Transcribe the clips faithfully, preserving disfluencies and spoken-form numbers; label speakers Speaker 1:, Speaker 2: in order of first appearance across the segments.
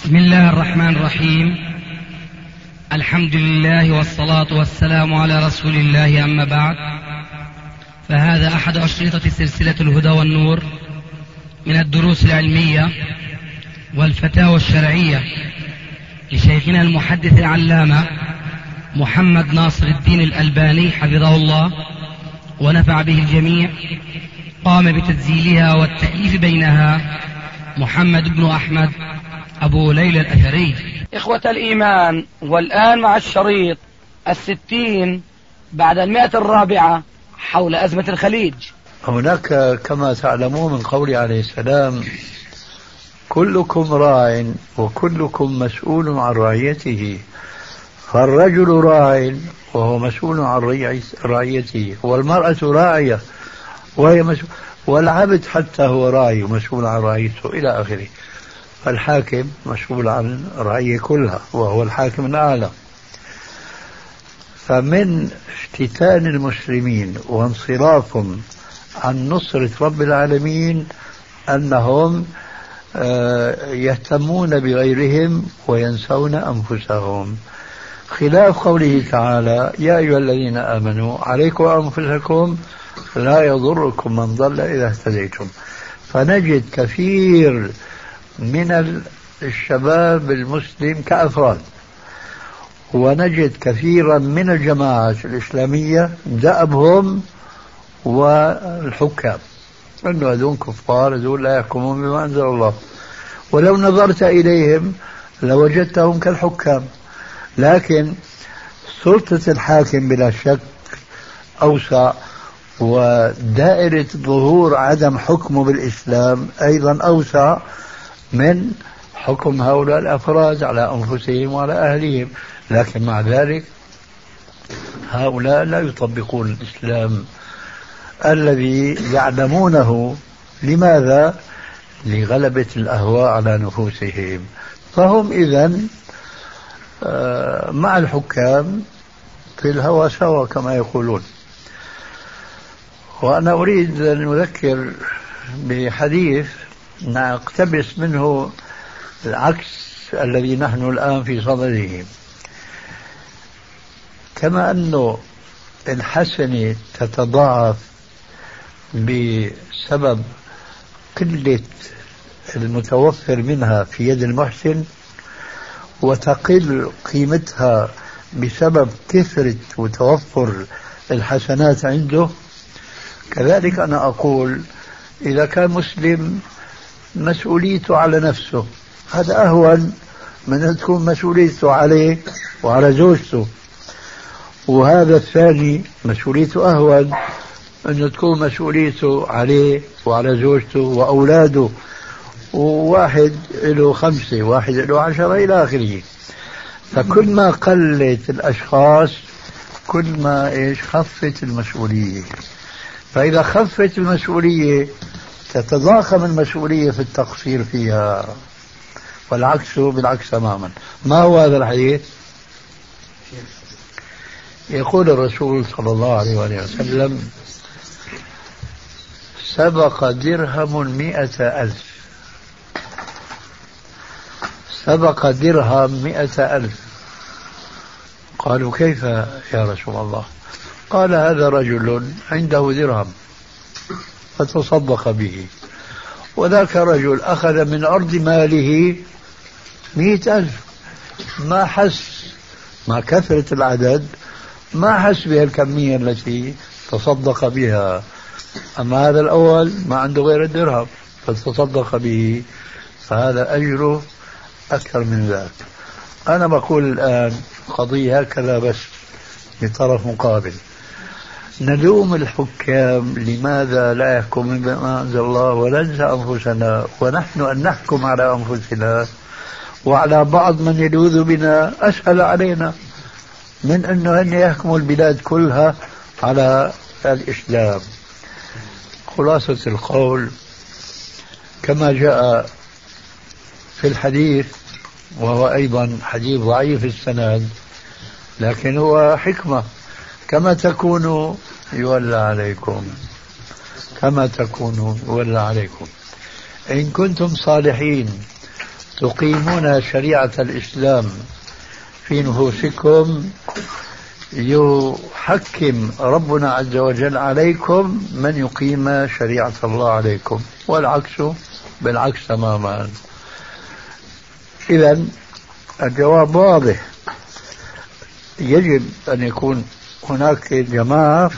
Speaker 1: بسم الله الرحمن الرحيم. الحمد لله والصلاة والسلام على رسول الله، أما بعد، فهذا أحد أشرطة سلسلة الهدى والنور من الدروس العلمية والفتاوى الشرعية لشيخنا المحدث العلامة محمد ناصر الدين الألباني حفظه الله ونفع به الجميع. قام بتسجيلها والتأليف بينها محمد بن أحمد أبو ليلى الأثري.
Speaker 2: إخوة الإيمان، والآن مع الشريط الستين بعد المئة الرابعة حول أزمة الخليج.
Speaker 3: هناك كما تعلمون من قول عليه السلام: كلكم راع وكلكم مسؤول عن رعيته، فالرجل راع وهو مسؤول عن رعيته، والمرأة راعية وهي مسؤول، والعبد حتى هو راعي ومسؤول عن رعيته إلى آخره. فالحاكم مسؤول عن الرعية كلها وهو الحاكم الأعلى. فمن افتتان المسلمين وانصرافهم عن نصرة رب العالمين أنهم يهتمون بغيرهم وينسون أنفسهم، خلاف قوله تعالى: يا أيها الذين آمنوا عليكم أنفسكم لا يضركم من ضل إذا اهتديتم. فنجد كثير من الشباب المسلم كأفراد، ونجد كثيرا من الجماعات الإسلامية دأبهم والحكام أنه هذول كفار، هذول لا يحكمون بما أنزل الله، ولو نظرت إليهم لوجدتهم كالحكام. لكن سلطة الحاكم بلا شك أوسع، ودائرة ظهور عدم حكمه بالإسلام أيضا أوسع من حكم هؤلاء الأفراد على أنفسهم وعلى أهلهم. لكن مع ذلك هؤلاء لا يطبقون الإسلام الذي يعلمونه. لماذا؟ لغلبة الأهواء على نفوسهم. فهم إذن مع الحكام في الهوى سوا كما يقولون. وأنا أريد أن أذكر بحديث نقتبس منه العكس الذي نحن الآن في صدده. كما أنه الحسنة تتضاعف بسبب قلة المتوفر منها في يد المحسن، وتقل قيمتها بسبب كثرة وتوفر الحسنات عنده، كذلك أنا أقول إذا كان مسلم مسؤوليته على نفسه، هذا أهون من أن تكون مسؤوليته عليه وعلى زوجته، وهذا الثاني مسؤوليته أهون أن تكون مسؤوليته عليه وعلى زوجته وأولاده، وواحد له خمسة واحد له عشرة إلى آخره. فكل ما قلت الأشخاص كل ما إيش خفت المسؤولية. فإذا خفت المسؤولية تتضاخم المسؤولية في التقصير فيها، والعكس بالعكس تماما. ما هو هذا الحديث؟ يقول الرسول صلى الله عليه وآله وسلم: سبق درهم مئة ألف. سبق درهم مئة ألف. قالوا: كيف يا رسول الله؟ قال: هذا رجل عنده درهم فتصدق به، وذاك رجل أخذ من أرض ماله مئة ألف، ما حس مع كثرة العدد، ما حس بها الكمية التي تصدق بها. أما هذا الأول ما عنده غير الدرهم فتصدق به، فهذا أجره أكثر من ذلك. أنا بقول الآن قضية هكذا بس لطرف مقابل. نلوم الحكام لماذا لا يحكم بما أنزل الله، وننسى أنفسنا، ونحن أن نحكم على أنفسنا وعلى بعض من يلوذ بنا أسهل علينا من أنه أن يحكموا البلاد كلها على الإسلام. خلاصة القول كما جاء في الحديث، وهو أيضا حديث ضعيف السند، لكن هو حكمة: كما تكونوا يولى عليكم، كما تكونوا يولى عليكم. إن كنتم صالحين تقيمون شريعة الإسلام في نفوسكم يحكم ربنا عز وجل عليكم من يقيم شريعة الله عليكم، والعكس بالعكس تماما. إذن الجواب واضح، يجب أن يكون هناك جماعة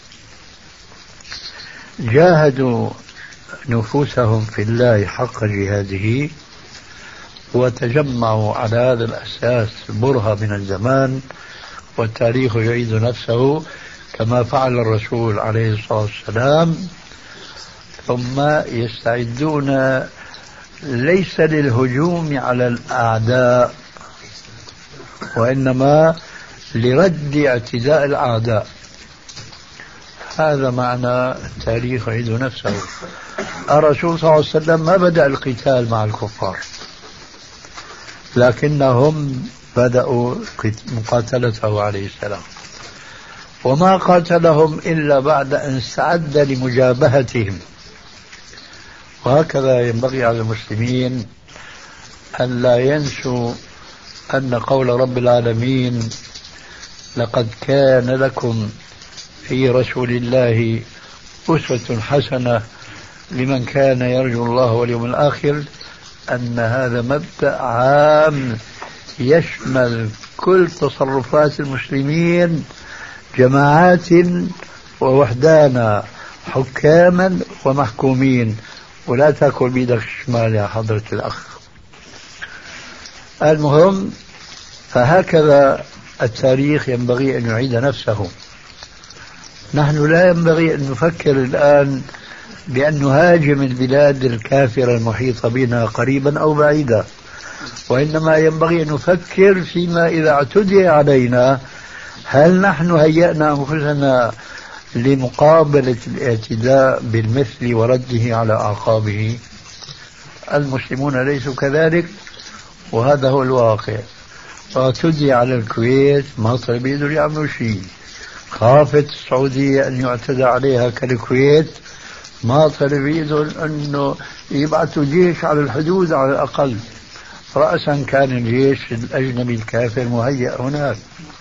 Speaker 3: جاهدوا نفوسهم في الله حق جهاده وتجمعوا على هذا الأساس برهة من الزمان، والتاريخ يعيد نفسه كما فعل الرسول عليه الصلاة والسلام، ثم يستعدون ليس للهجوم على الأعداء وإنما لرد اعتداء الأعداء. هذا معنى التاريخ يعيد نفسه. الرسول صلى الله عليه وسلم ما بدأ القتال مع الكفار، لكنهم بدأوا مقاتلته عليه السلام، وما قاتلهم إلا بعد أن استعد لمجابهتهم. وهكذا ينبغي على المسلمين أن لا ينسوا أن قول رب العالمين لقد كان لكم في رسول الله أسوة حسنة لمن كان يرجو الله واليوم الآخر، أن هذا مبدأ عام يشمل كل تصرفات المسلمين جماعات ووحدانا، حكاما ومحكومين. ولا تأكل بيدك الشمال يا حضرة الأخ. المهم، فهكذا التاريخ ينبغي أن يعيد نفسه. نحن لا ينبغي أن نفكر الآن بأن نهاجم البلاد الكافرة المحيطة بنا قريبا أو بعيدا، وإنما ينبغي أن نفكر فيما إذا اعتدي علينا هل نحن هيأنا أنفسنا لمقابلة الاعتداء بالمثل ورده على أعقابه. المسلمون ليسوا كذلك، وهذا هو الواقع. اعتدي على الكويت ما طلب يقدروا يعملوا شيء، خافت السعودية أن يعتدى عليها كالكويت ما طلب يقدروا أنه يبعثوا جيش على الحدود على الأقل، رأسا كان الجيش الأجنبي الكافر مهيأ هناك.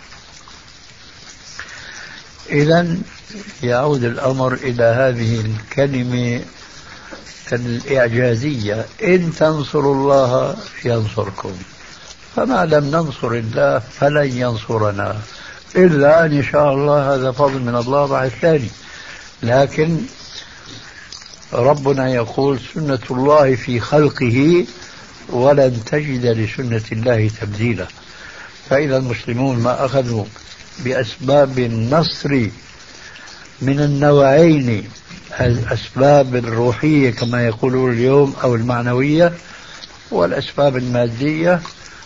Speaker 3: إذن يعود الأمر إلى هذه الكلمة الإعجازية: إن تنصروا الله ينصركم، فما لم ننصر الله فلن ينصرنا إلا أن يشاء الله. هذا فضل من الله بعد الثاني. لكن ربنا يقول سنة الله في خلقه ولن تجد لسنة الله تبديلا. فإذا المسلمون ما أخذوا بأسباب النصر من النوعين، الأسباب الروحية كما يقولون اليوم أو المعنوية، والأسباب المادية،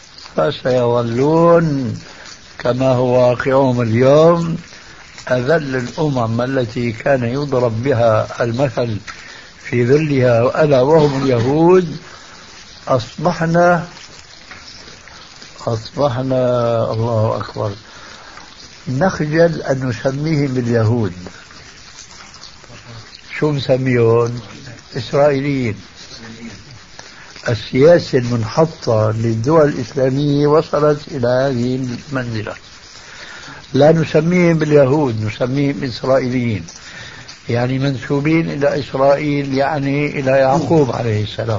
Speaker 3: فسيظلون كما هو واقعهم اليوم أذل الأمم التي كان يضرب بها المثل في ذلها، ألا وهم اليهود. أصبحنا أصبحنا الله أكبر نخجل أن نسميهم باليهود. شو نسميهم؟ إسرائيليين. السياسة المنحطة للدول الإسلامية وصلت إلى هذه المنزلة. لا نسميهم باليهود، نسميهم إسرائيليين، يعني منسوبين إلى إسرائيل، يعني إلى يعقوب عليه السلام.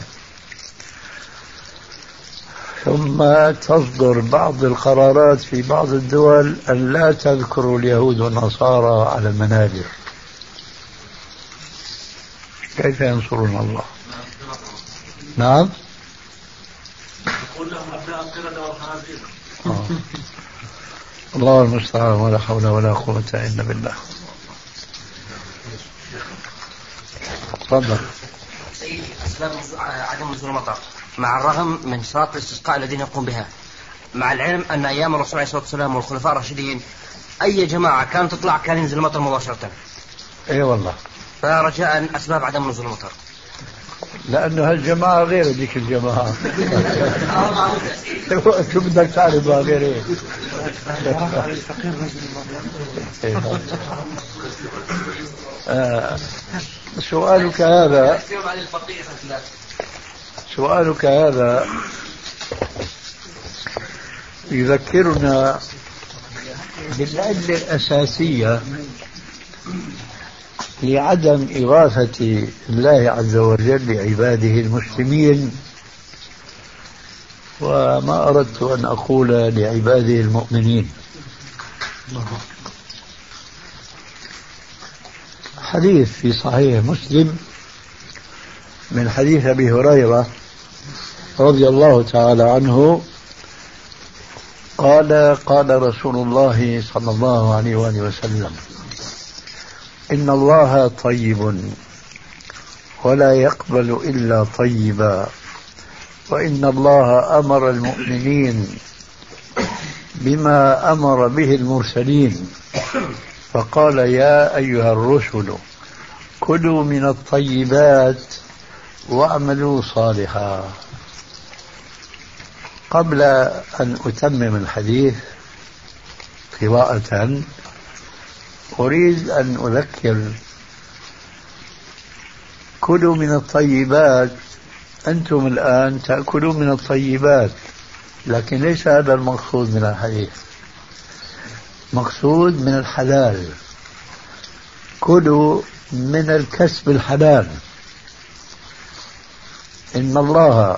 Speaker 3: ثم تصدر بعض القرارات في بعض الدول أن لا تذكروا اليهود والنصارى على المنابر. كيف ينصرون الله؟ نعم،
Speaker 4: يقول لهم أبناء القردة والخنازير.
Speaker 3: آه. الله المستعان، ولا حول ولا قوة إلا بالله. تفضل.
Speaker 5: سيدي، أسباب عدم نزول المطر مع الرغم من صلاة الاستسقاء الذين يقوم بها، مع العلم أن أيام الرسول عليه الصلاة والسلام والخلفاء الراشدين أي جماعة كانت تطلع كان ينزل المطر مباشرة.
Speaker 3: اي والله.
Speaker 5: فرجاء أسباب عدم نزول المطر.
Speaker 3: لأنه هالجماعة غير ذيك الجماعة. شو بدك تعرف غير ايه؟ آه. سؤالك هذا سؤالك هذا يذكرنا بالعلة الأساسية لعدم إغاثة الله عز وجل لعباده المسلمين، وما أردت أن أقول لعباده المؤمنين. حديث في صحيح مسلم من حديث أبي هريرة رضي الله تعالى عنه قال قال رسول الله صلى الله عليه وآله وسلم: إن الله طيب ولا يقبل إلا طيبا، وإن الله أمر المؤمنين بما أمر به المرسلين، فقال: يا أيها الرسل كلوا من الطيبات واعملوا صالحا. قبل أن أتمم الحديث قراءة أريد أن أذكر: كلوا من الطيبات، أنتم الآن تأكلون من الطيبات، لكن ليس هذا المقصود من الحديث. مقصود من الحلال، كلوا من الكسب الحلال. إن الله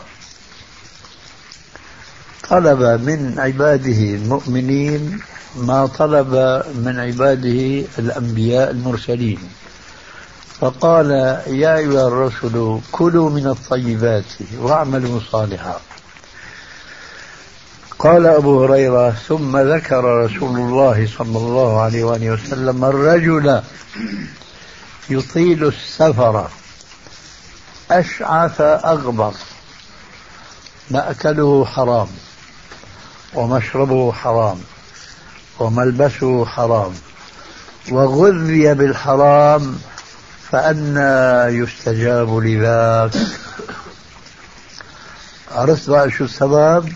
Speaker 3: طلب من عباده المؤمنين ما طلب من عباده الأنبياء المرسلين، فقال: يا أيها الرسل كلوا من الطيبات واعملوا صالحا. قال أبو هريرة: ثم ذكر رسول الله صلى الله عليه وآله وسلم الرجل يطيل السفر أشعث أغبر، مأكله حرام ومشربه حرام وملبسه حرام وغذي بالحرام، فأنى يستجاب لذاك. عرفت بقى شو السبب؟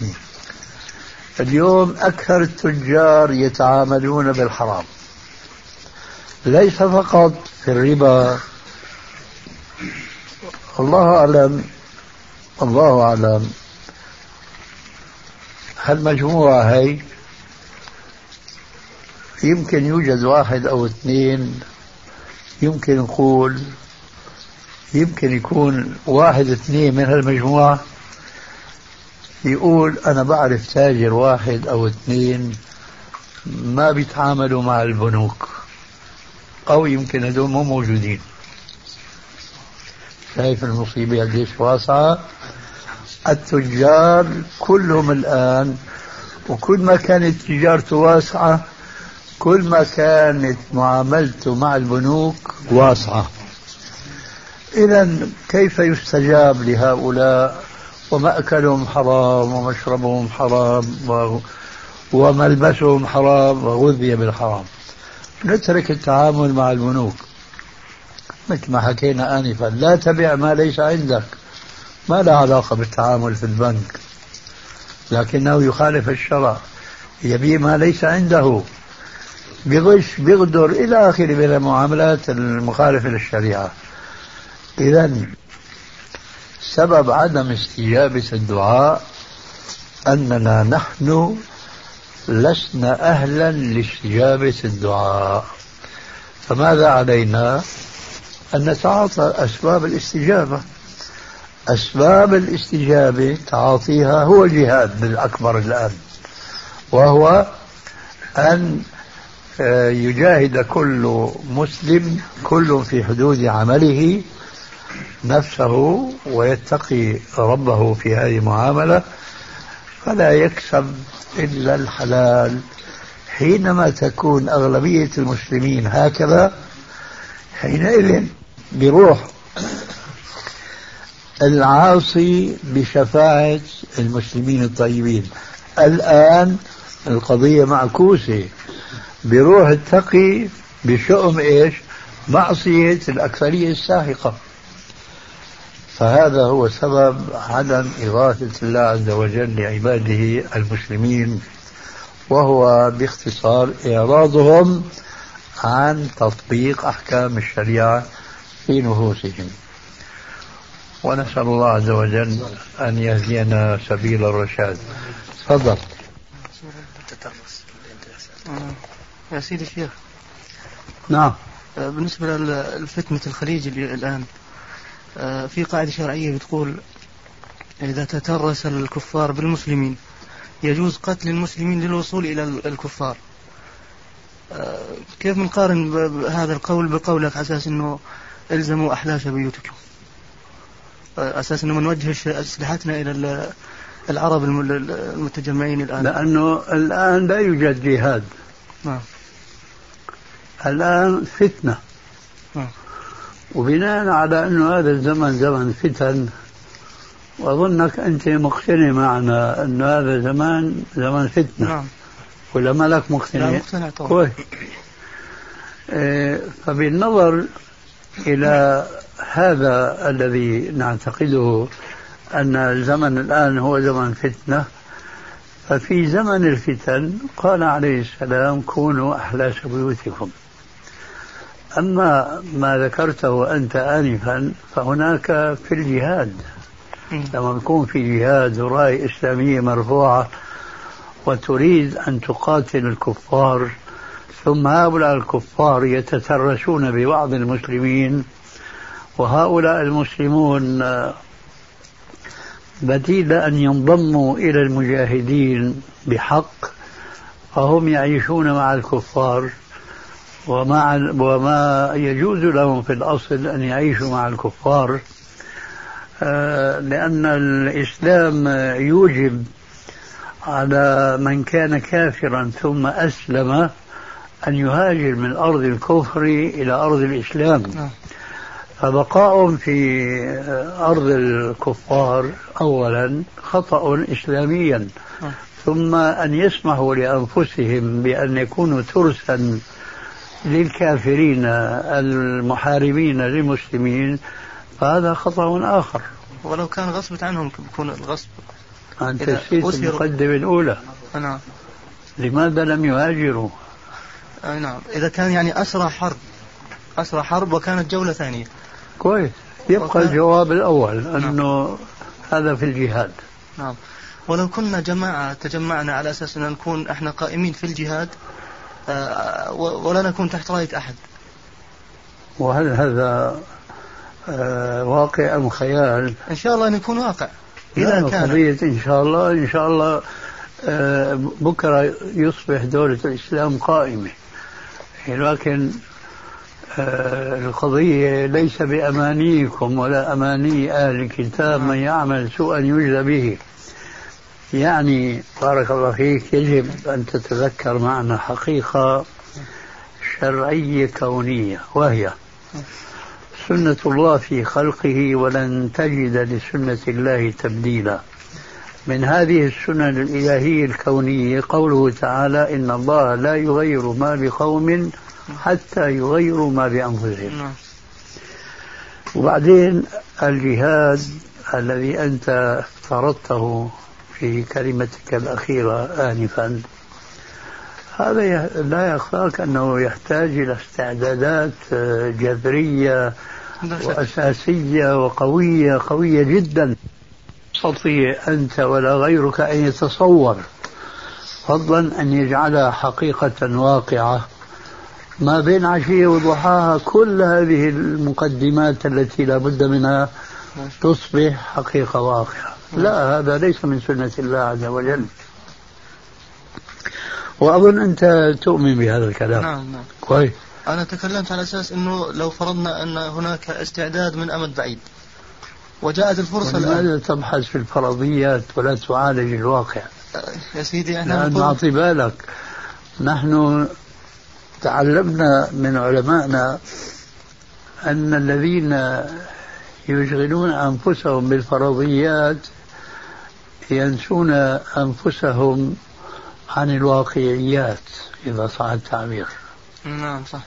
Speaker 3: اليوم أكثر التجار يتعاملون بالحرام، ليس فقط في الربا. الله أعلم الله أعلم هالمجموعة هي يمكن يوجد واحد أو اثنين، يمكن نقول يمكن يكون واحد اثنين من هالمجموعة يقول أنا بعرف تاجر واحد أو اثنين ما بيتعاملوا مع البنوك، أو يمكن هذول مو موجودين. شايف المصيبة قديش واسعة؟ التجار كلهم الآن، وكل ما كانت تجارته واسعة كل ما كانت معاملته مع البنوك واسعة. إذن كيف يستجاب لهؤلاء ومأكلهم حرام ومشربهم حرام وملبسهم حرام وغذي بالحرام؟ نترك التعامل مع البنوك مثل ما حكينا آنفا، لا تبع ما ليس عندك، ما له علاقة بالتعامل في البنك، لكنه يخالف الشرع، يبيع ما ليس عنده، بغش بغدر إلى آخره من المعاملات المخالفة للشريعة. إذن سبب عدم استجابة الدعاء أننا نحن لسنا أهلا لاستجابة الدعاء، فماذا علينا؟ أن نتعاطى أسباب الاستجابة. أسباب الاستجابة تعاطيها هو الجهاد بالأكبر الآن، وهو أن يجاهد كل مسلم كل في حدود عمله نفسه ويتقي ربه في هذه المعاملة، فلا يكسب إلا الحلال. حينما تكون أغلبية المسلمين هكذا، حينئذ بروح العاصي بشفاعة المسلمين الطيبين. الآن القضية معكوسة، بروح التقي بشؤم إيش؟ معصية الأكثرية الساحقة. فهذا هو سبب عدم إغاثة الله عز وجل لعباده المسلمين، وهو باختصار إعراضهم عن تطبيق أحكام الشريعة في نفوسهم. ونسأل الله عز وجل أن يهدينا سبيل الرشاد. تفضل.
Speaker 6: التترس. يا سيدي الشيخ.
Speaker 3: نعم.
Speaker 6: بالنسبة لفتنة الخليج الآن في قاعدة شرعية بتقول إذا تترس الكفار بالمسلمين يجوز قتل المسلمين للوصول إلى الكفار. كيف بنقارن هذا القول بقولك على أساس أنه إلزموا أحلاش بيوتكم، أساس أنه منوجه أسلحتنا إلى العرب المتجمعين الآن؟
Speaker 3: لأنه الآن لا يوجد جهاد.
Speaker 6: نعم.
Speaker 3: الآن فتنة.
Speaker 6: نعم.
Speaker 3: وبناء على أنه هذا الزمن زمن فتن، وأظنك أنت مقتنع معنا أن هذا زمان زمان فتنة.
Speaker 6: نعم.
Speaker 3: ولا ما لك مقتنع؟
Speaker 6: لا مقتنع طبعا.
Speaker 3: كويس. إيه، فبالنظر إلى هذا الذي نعتقده أن الزمن الآن هو زمن فتنة، ففي زمن الفتن قال عليه السلام كونوا أحلاس بيوتكم. أما ما ذكرته أنت آنفا فهناك في الجهاد، لما يكون في جهاد وراية إسلامية مرفوعة وتريد أن تقاتل الكفار، ثم هؤلاء الكفار يتترسون ببعض المسلمين، وهؤلاء المسلمون بديل أن ينضموا إلى المجاهدين بحق، فهم يعيشون مع الكفار، ومع وما يجوز لهم في الأصل أن يعيشوا مع الكفار، لأن الإسلام يوجب على من كان كافرا ثم أسلم أن يهاجر من أرض الكفر إلى أرض الإسلام. فبقاء في أرض الكفار أولا خطأ إسلاميا، ثم أن يسمحوا لأنفسهم بأن يكونوا ترسا للكافرين المحاربين للمسلمين، فهذا خطأ آخر.
Speaker 6: ولو كان غصب عنهم بيكون الغصب.
Speaker 3: أنت نسيت المقدمة الأولى.
Speaker 6: نعم.
Speaker 3: لماذا لم يهاجروا؟
Speaker 6: أي نعم. إذا كان يعني أسرى حرب أسرى حرب وكانت جولة ثانية.
Speaker 3: كويس. يبقى وكان... الجواب الأول أنه
Speaker 6: نعم.
Speaker 3: هذا في الجهاد.
Speaker 6: نعم. ولو كنا جماعة تجمعنا على أساس أن نكون إحنا قائمين في الجهاد آه ولا نكون تحت راية أحد،
Speaker 3: وهل هذا آه واقع أم خيال؟
Speaker 6: إن شاء الله أن يكون واقع. إذا كان
Speaker 3: قضية إن شاء الله إن شاء الله آه بكرة يصبح دولة الإسلام قائمة، لكن آه القضية ليس بأمانيكم ولا أماني أهل الكتاب من يعمل سوءا يجزى به. يعني بارك الله فيك يجب أن تتذكر معنا حقيقة شرعية كونية، وهي سنة الله في خلقه ولن تجد لسنة الله تبديلا. من هذه السنن الإلهية الكونية قوله تعالى إن الله لا يغير ما بقوم حتى يغيروا ما بأنفسهم. وبعدين الجهاد الذي أنت افترضته في كلمتك الأخيرة آنفا، هذا لا يخفاك أنه يحتاج إلى استعدادات جذرية وأساسية وقوية قوية جدا تستطيع أنت ولا غيرك أن يتصور، فضلا أن يجعلها حقيقة واقعة. ما بين عشية وضحاها كل هذه المقدمات التي لا بد منها تصبح حقيقة واقعة. لا، هذا ليس من سنة الله عز وجل، وأظن أنت تؤمن بهذا الكلام.
Speaker 6: نعم نعم.
Speaker 3: كويس.
Speaker 6: أنا تكلمت على أساس أنه لو فرضنا أن هناك استعداد من أمد بعيد وجاءت الفرصة الآن.
Speaker 3: لماذا تبحث في الفرضيات ولا تعالج الواقع؟
Speaker 6: يا سيدي احنا
Speaker 3: نقول... نعطي بالك، نحن تعلمنا من علمائنا أن الذين يشغلون أنفسهم بالفرضيات ينسون أنفسهم عن الواقعيات، إذا صح التعبير.
Speaker 6: نعم صح.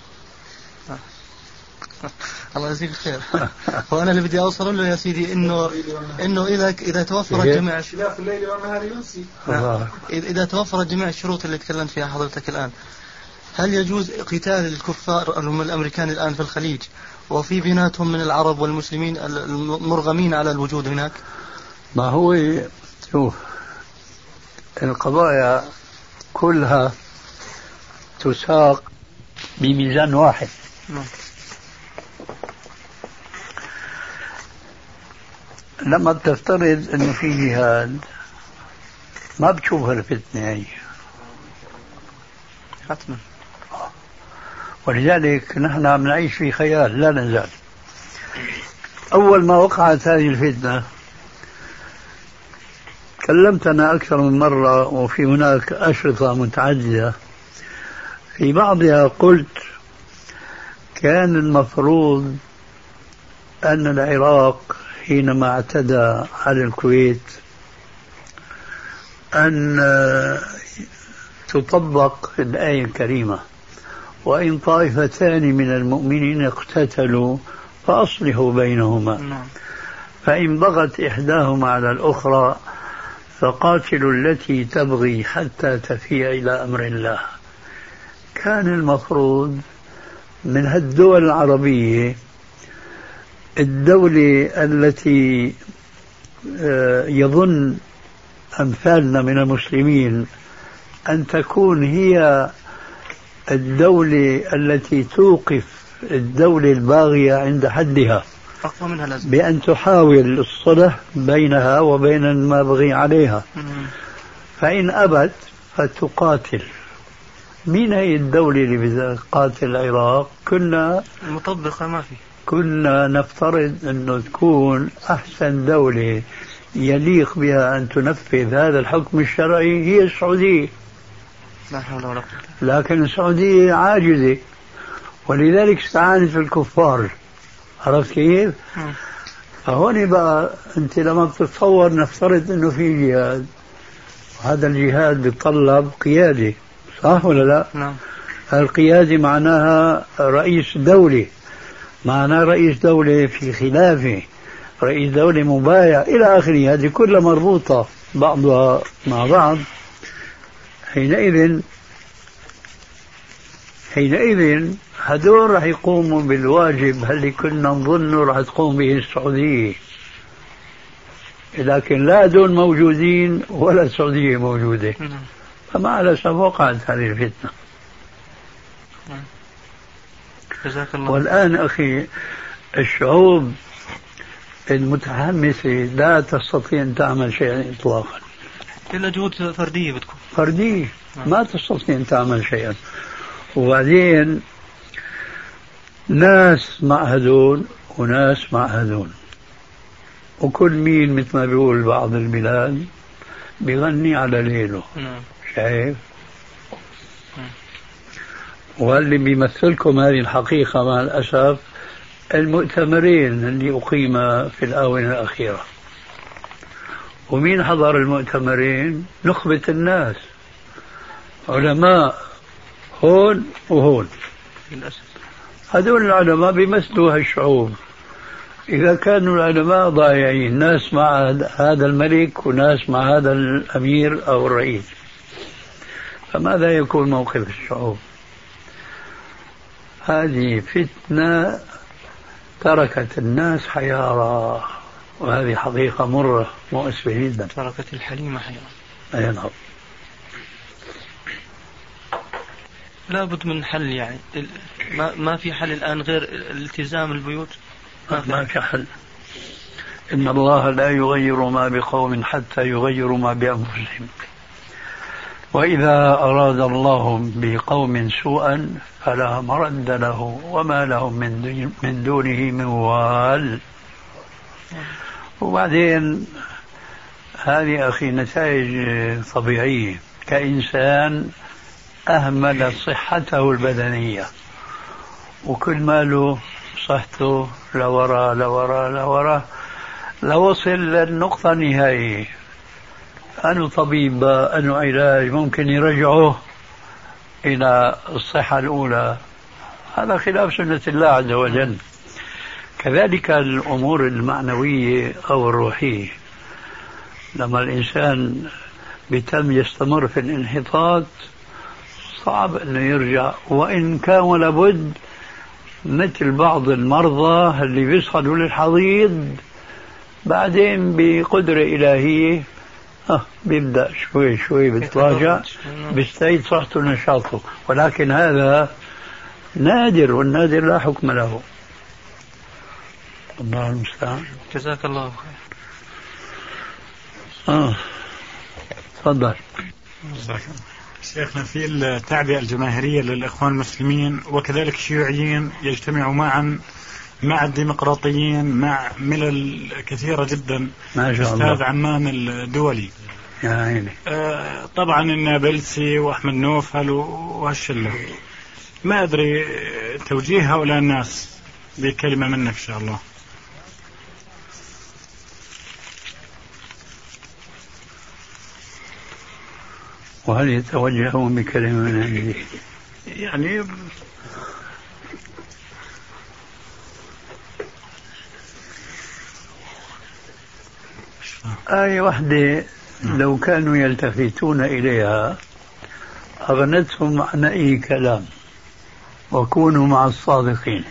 Speaker 6: الله يجزيك خير. وأنا اللي بدي أوصل له يا سيدي إنه إنه إذا إذا توفرت جميع
Speaker 4: اختلاف الليل والنهار ينسي.
Speaker 6: إذا توفرت جميع الشروط اللي تكلمت فيها حضرتك الآن، هل يجوز قتال الكفار الأمريكان الآن في الخليج وفي بيناتهم من العرب والمسلمين المرغمين على الوجود هناك؟
Speaker 3: ما هو شوف، القضايا كلها تساق بميزان واحد. لما تفترض انه في جهاد ما بتشوف هالفتنة هي
Speaker 6: حتما،
Speaker 3: ولذلك نحن عم نعيش في خيال لا نزال. أول ما وقعت هذه الفتنة كلمت أنا أكثر من مرة، وفي هناك أشرطة متعددة، في بعضها قلت كان المفروض أن العراق حينما اعتدى على الكويت أن تطبق الآية الكريمة: وإن طائفتان من المؤمنين اقتتلوا فأصلحوا بينهما فإن بغت إحداهما على الأخرى فقاتلوا التي تبغي حتى تفيء إلى أمر الله. كان المفروض من هالدول العربية الدولة التي يظن أمثالنا من المسلمين أن تكون هي الدولة التي توقف الدولة الباغية عند حدها بأن تحاول الصلح بينها وبين ما بغي عليها، فإن أبت فتقاتل. مين هي الدولة اللي بتقاتل العراق؟ كنا
Speaker 6: المطبقة ما في،
Speaker 3: كنا نفترض أنه تكون أحسن دولة يليق بها أن تنفذ هذا الحكم الشرعي هي السعودية، لكن السعودية عاجزة ولذلك استعانت بالكفار. عرفت كيف؟ فهون بقى أنت لما بتتصور نفترض أنه في جهاد، وهذا الجهاد بيتطلب قيادة، صح ولا لا؟
Speaker 6: نعم.
Speaker 3: القيادة معناها رئيس دولة، معناه رئيس دولة في خلافة، رئيس دولة مبايع إلى آخره، هذه كلها مربوطة بعضها مع بعض. حينئذ حينئذ هدول رح يقوموا بالواجب اللي كنا نظنه رح تقوم به السعودية، لكن لا هدول موجودين ولا السعودية موجودة، فما على سبب وقعت هذه الفتنة.
Speaker 6: جزاك الله.
Speaker 3: والآن أخي الشعوب المتحمسة لا تستطيع أن تعمل شيئا إطلاقا
Speaker 6: إلا جهود فردية بتكون
Speaker 3: فردية، ما تستطيع أن تعمل شيئا. وبعدين ناس مع هذول وناس مع هذول، وكل مين مثل ما بيقول بعض البلاد بيغني على ليله. شايف؟ واللي بيمثلكم هذه الحقيقة مع الأسف المؤتمرين اللي أقيم في الآونة الأخيرة. ومين حضر المؤتمرين؟ نخبة الناس، علماء هون وهون.
Speaker 6: للأسف
Speaker 3: هذول العلماء بيمثلوا هالشعوب. إذا كانوا العلماء ضايعين، ناس مع هذا الملك وناس مع هذا الأمير أو الرئيس، فماذا يكون موقف الشعوب؟ هذه فتنة تركت الناس حيارى، وهذه حقيقة مرة مؤسفة جدا.
Speaker 6: تركت الحليمة حيارى.
Speaker 3: أي نعم.
Speaker 6: لابد من حل يعني. ما ما في حل الآن غير الالتزام البيوت.
Speaker 3: ما في, ما في حل. إن الله لا يغير ما بقوم حتى يغيروا ما بأنفسهم، وإذا أراد الله بقوم سوءا فلا مرد له وما لهم من من دونه من وال. وبعدين هذه أخي نتائج طبيعية. كإنسان أهمل صحته البدنية وكل ماله صحته لورا لورا لورا لوصل للنقطة النهائية، أنه طبيب أنه علاج ممكن يرجعه إلى الصحة الأولى. هذا خلاف سنة الله عز وجل. كذلك الأمور المعنوية أو الروحية، لما الإنسان بيتم يستمر في الانحطاط صعب أنه يرجع، وإن كان لابد مثل بعض المرضى اللي بيصعدوا للحضيض بعدين بقدرة إلهية آه بيبدأ شوي شوي بتراجع بيستعيد صحته ونشاطه، ولكن هذا نادر، والنادر لا حكم له. الله المستعان.
Speaker 6: جزاك الله خير.
Speaker 3: اه تفضل.
Speaker 7: شيخنا، في التعبئة الجماهيرية للإخوان المسلمين وكذلك الشيوعيين يجتمعوا معا مع الديمقراطيين مع ملل كثيرة جدا،
Speaker 3: ما شاء الله.
Speaker 7: أستاذ عمان الدولي
Speaker 3: يا عيني.
Speaker 7: آه طبعا النابلسي وأحمد نوفل وهالشلة، ما أدري توجيه هؤلاء الناس بكلمة منك إن شاء الله.
Speaker 3: وهل يتوجهون بكلمة من عندي؟
Speaker 7: يعني
Speaker 3: آية واحدة لو كانوا يلتفتون إليها أغنتهم عن أي كلام، وكونوا مع الصادقين.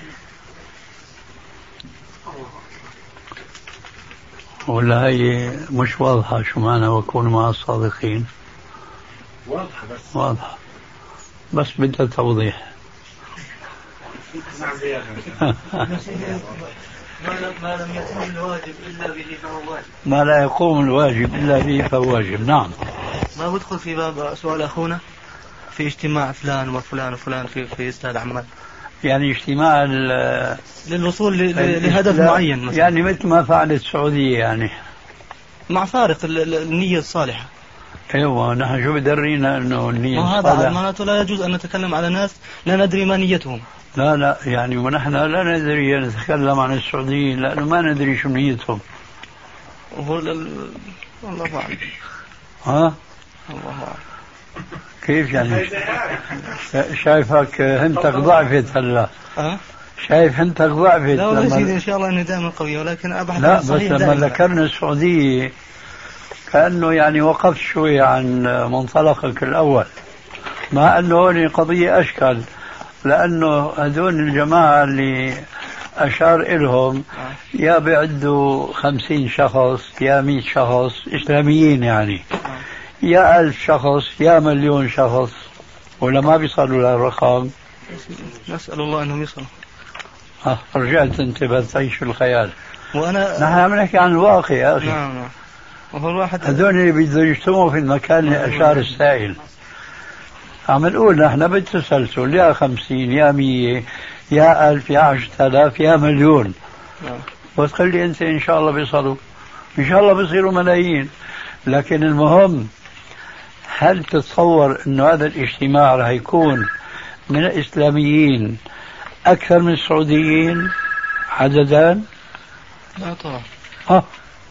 Speaker 3: ولا هي مش واضحة شو معنى وكونوا مع الصادقين؟
Speaker 7: واضحة بس
Speaker 3: واضحة بس بدها توضيح.
Speaker 6: ما لم يتم الواجب إلا به فهو واجب.
Speaker 3: ما لا يقوم الواجب إلا به فهو واجب. نعم.
Speaker 6: ما بدخل في باب سؤال أخونا في اجتماع فلان وفلان وفلان في في استاد عمان،
Speaker 3: يعني اجتماع
Speaker 6: للوصول لهدف معين مثلا.
Speaker 3: يعني مثل ما فعلت السعودية، يعني
Speaker 6: مع فارق النية الصالحة.
Speaker 3: ايوه، نحن شو بدرينا انه النية
Speaker 6: الصالحة؟ هذا معناته لا يجوز ان نتكلم على ناس لا ندري ما نيتهم.
Speaker 3: لا لا يعني ونحن لا ندري نتكلم عن السعوديين لانه ما ندري شو نيتهم.
Speaker 6: الله أعلم.
Speaker 3: ها؟
Speaker 6: الله أعلم.
Speaker 3: كيف يعني؟ شايفك هنتك ضعفت هلا.
Speaker 6: أه؟
Speaker 3: شايف هنتك ضعفت.
Speaker 6: لا والله سيدي ان شاء الله اني دائما قوي، ولكن ابحث
Speaker 3: لا
Speaker 6: عن
Speaker 3: بس
Speaker 6: الصحيح.
Speaker 3: لما ذكرنا السعودية كأنه يعني وقفت شوي عن منطلقك الأول، مع أنه هون قضية أشكال، لأنه هذول الجماعة اللي أشار إلهم يا بيعدوا خمسين شخص يا مئة شخص إسلاميين، يعني يا ألف شخص يا مليون شخص، ولا ما بيصلوا للرقم.
Speaker 6: نسأل الله أنهم يصلوا.
Speaker 3: آه رجعت أنت بتعيش في الخيال،
Speaker 6: وأنا
Speaker 3: نحن عم نحكي عن الواقع يا أخي.
Speaker 6: نعم نعم. وهو الواحد
Speaker 3: هذول اللي بده يجتمعوا في المكان اللي أشار السائل. عم نقول نحن بالتسلسل يا خمسين يا مية يا ألف يا عشرة آلاف يا مليون، وتقول لي أنت إن شاء الله بيصلوا، إن شاء الله بيصيروا ملايين. لكن المهم هل تتصور أنه هذا الاجتماع رح يكون من الإسلاميين أكثر من السعوديين عددا؟
Speaker 6: لا طبعا.
Speaker 3: ها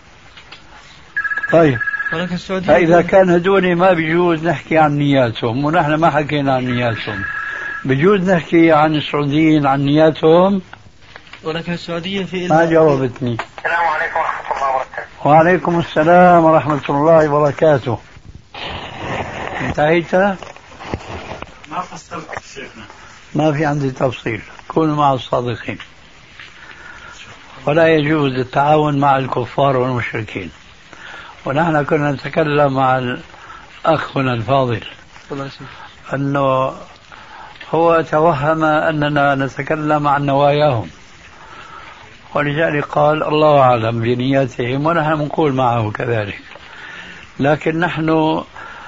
Speaker 3: طيب،
Speaker 6: ولكن السعودية
Speaker 3: فإذا كان هدول ما بيجوز نحكي عن نياتهم، ونحن ما حكينا عن نياتهم، بيجوز نحكي عن السعوديين عن نياتهم.
Speaker 6: ولكن السعودية في
Speaker 3: ما جاوبتني.
Speaker 8: السلام عليكم ورحمة الله وبركاته.
Speaker 3: وعليكم السلام ورحمة الله وبركاته. انتهيت؟
Speaker 7: ما فصلت شيخنا.
Speaker 3: ما في عندي تفصيل. كونوا مع الصادقين، ولا يجوز التعاون مع الكفار والمشركين. ونحن كنا نتكلم مع الأخ هنا الفاضل أنه هو توهم أننا نتكلم عن نواياهم، ولذلك قال الله أعلم بنياتهم، ونحن نقول معه كذلك. لكن نحن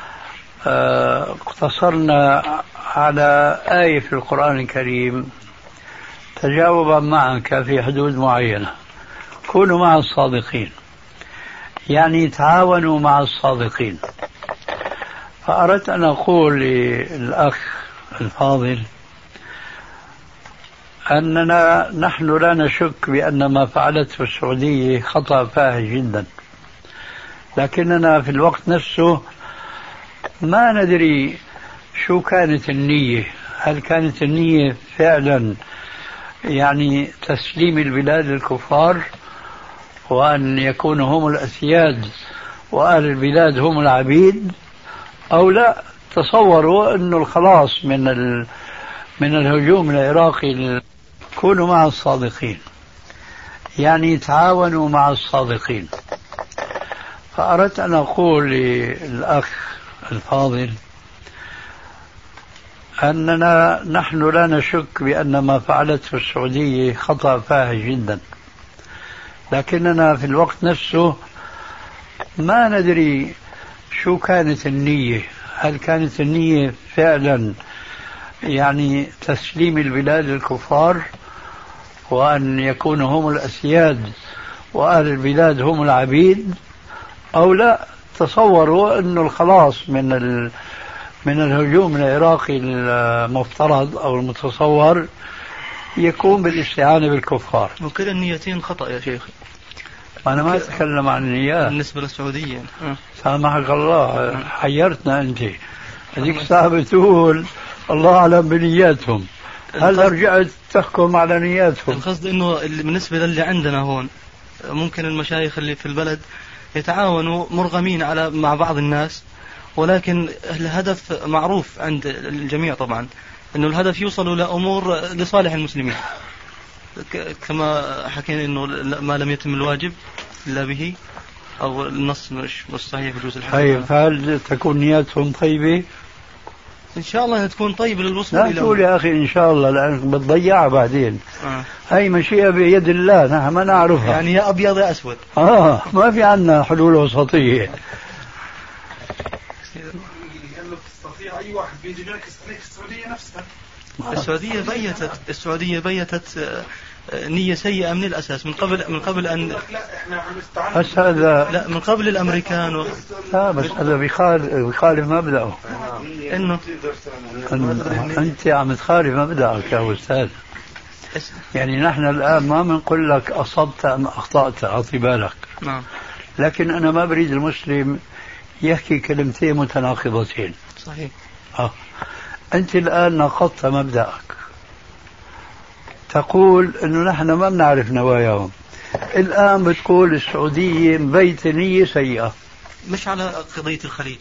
Speaker 3: اقتصرنا على آية في القرآن الكريم تجاوبا معك في حدود معينة. كونوا مع الصادقين، يعني تعاونوا مع الصادقين. فأردت أن أقول للأخ الفاضل أننا نحن لا نشك بأن ما فعلته السعودية خطأ فاحش جدا، لكننا في الوقت نفسه ما ندري شو كانت النية. هل كانت النية فعلا يعني تسليم البلاد للكفار وأن يكونوا هم الأسياد وأهل البلاد هم العبيد، أو لا تصوروا أنه الخلاص من ال... من الهجوم العراقي. كونوا مع الصادقين، يعني تعاونوا مع الصادقين. فأردت أن أقول للأخ الفاضل أننا نحن لا نشك بأن ما فعلته السعودية خطأ فاحش جدا، لكننا في الوقت نفسه ما ندري شو كانت النية. هل كانت النية فعلا يعني تسليم البلاد للكفار وأن يكونوا هم الأسياد وأهل البلاد هم العبيد، أو لا تصوروا أنه الخلاص من ال... من الهجوم العراقي المفترض أو المتصور يكون بالاستعانة بالكفار؟
Speaker 6: وكلا النيتين خطأ يا شيخ.
Speaker 3: أنا ما أتكلم عن النيات
Speaker 6: بالنسبة للسعودية.
Speaker 3: سامحك الله، حيرتنا أنت. هذيك الساعة بتقول الله أعلم بنياتهم، هل رجعت تحكم على نياتهم؟
Speaker 6: القصد أنه بالنسبة للي عندنا هون ممكن المشايخ اللي في البلد يتعاونوا مرغمين على مع بعض الناس، ولكن الهدف معروف عند الجميع طبعا، أنه الهدف يوصلوا لأمور لصالح المسلمين، كما حكينا أنه ما لم يتم الواجب إلا به، أو النص مش مش صحيح بجوز الحديث.
Speaker 3: طيب هل تكون نياتهم طيبة؟
Speaker 6: إن شاء الله تكون طيبة للوصول
Speaker 3: لا
Speaker 6: إلى.
Speaker 3: لا تقول يا أخي إن شاء الله لأنك بتضيعها بعدين.
Speaker 6: آه.
Speaker 3: هاي مشيئة بيد الله، نحن ما نعرفها.
Speaker 6: يعني يا أبيض يا أسود.
Speaker 3: آه ما في عنا حلول وسطية.
Speaker 4: تستطيع أي واحد بيجي لك السعودية نفسها.
Speaker 6: السعودية بيتت السعودية بيتت نية سيئة من الأساس، من قبل من قبل أن
Speaker 4: لا إحنا عم
Speaker 3: بس هذا
Speaker 6: لا من قبل الأمريكان و...
Speaker 3: لا بس هذا بيخالف بيخالف مبدأه.
Speaker 6: إنه
Speaker 3: أن... أنت عم تخالف مبدأك يا أستاذ. يعني نحن الآن ما بنقول لك أصبت أم أخطأت، أعطي بالك.
Speaker 6: نعم.
Speaker 3: لكن أنا ما بريد المسلم يحكي كلمتين متناقضتين.
Speaker 6: صحيح.
Speaker 3: آه. أنت الآن ناقضت مبدأك، تقول أنه نحن ما بنعرف نواياهم، الآن بتقول السعودية بيت نية سيئة.
Speaker 6: مش على قضية الخليج.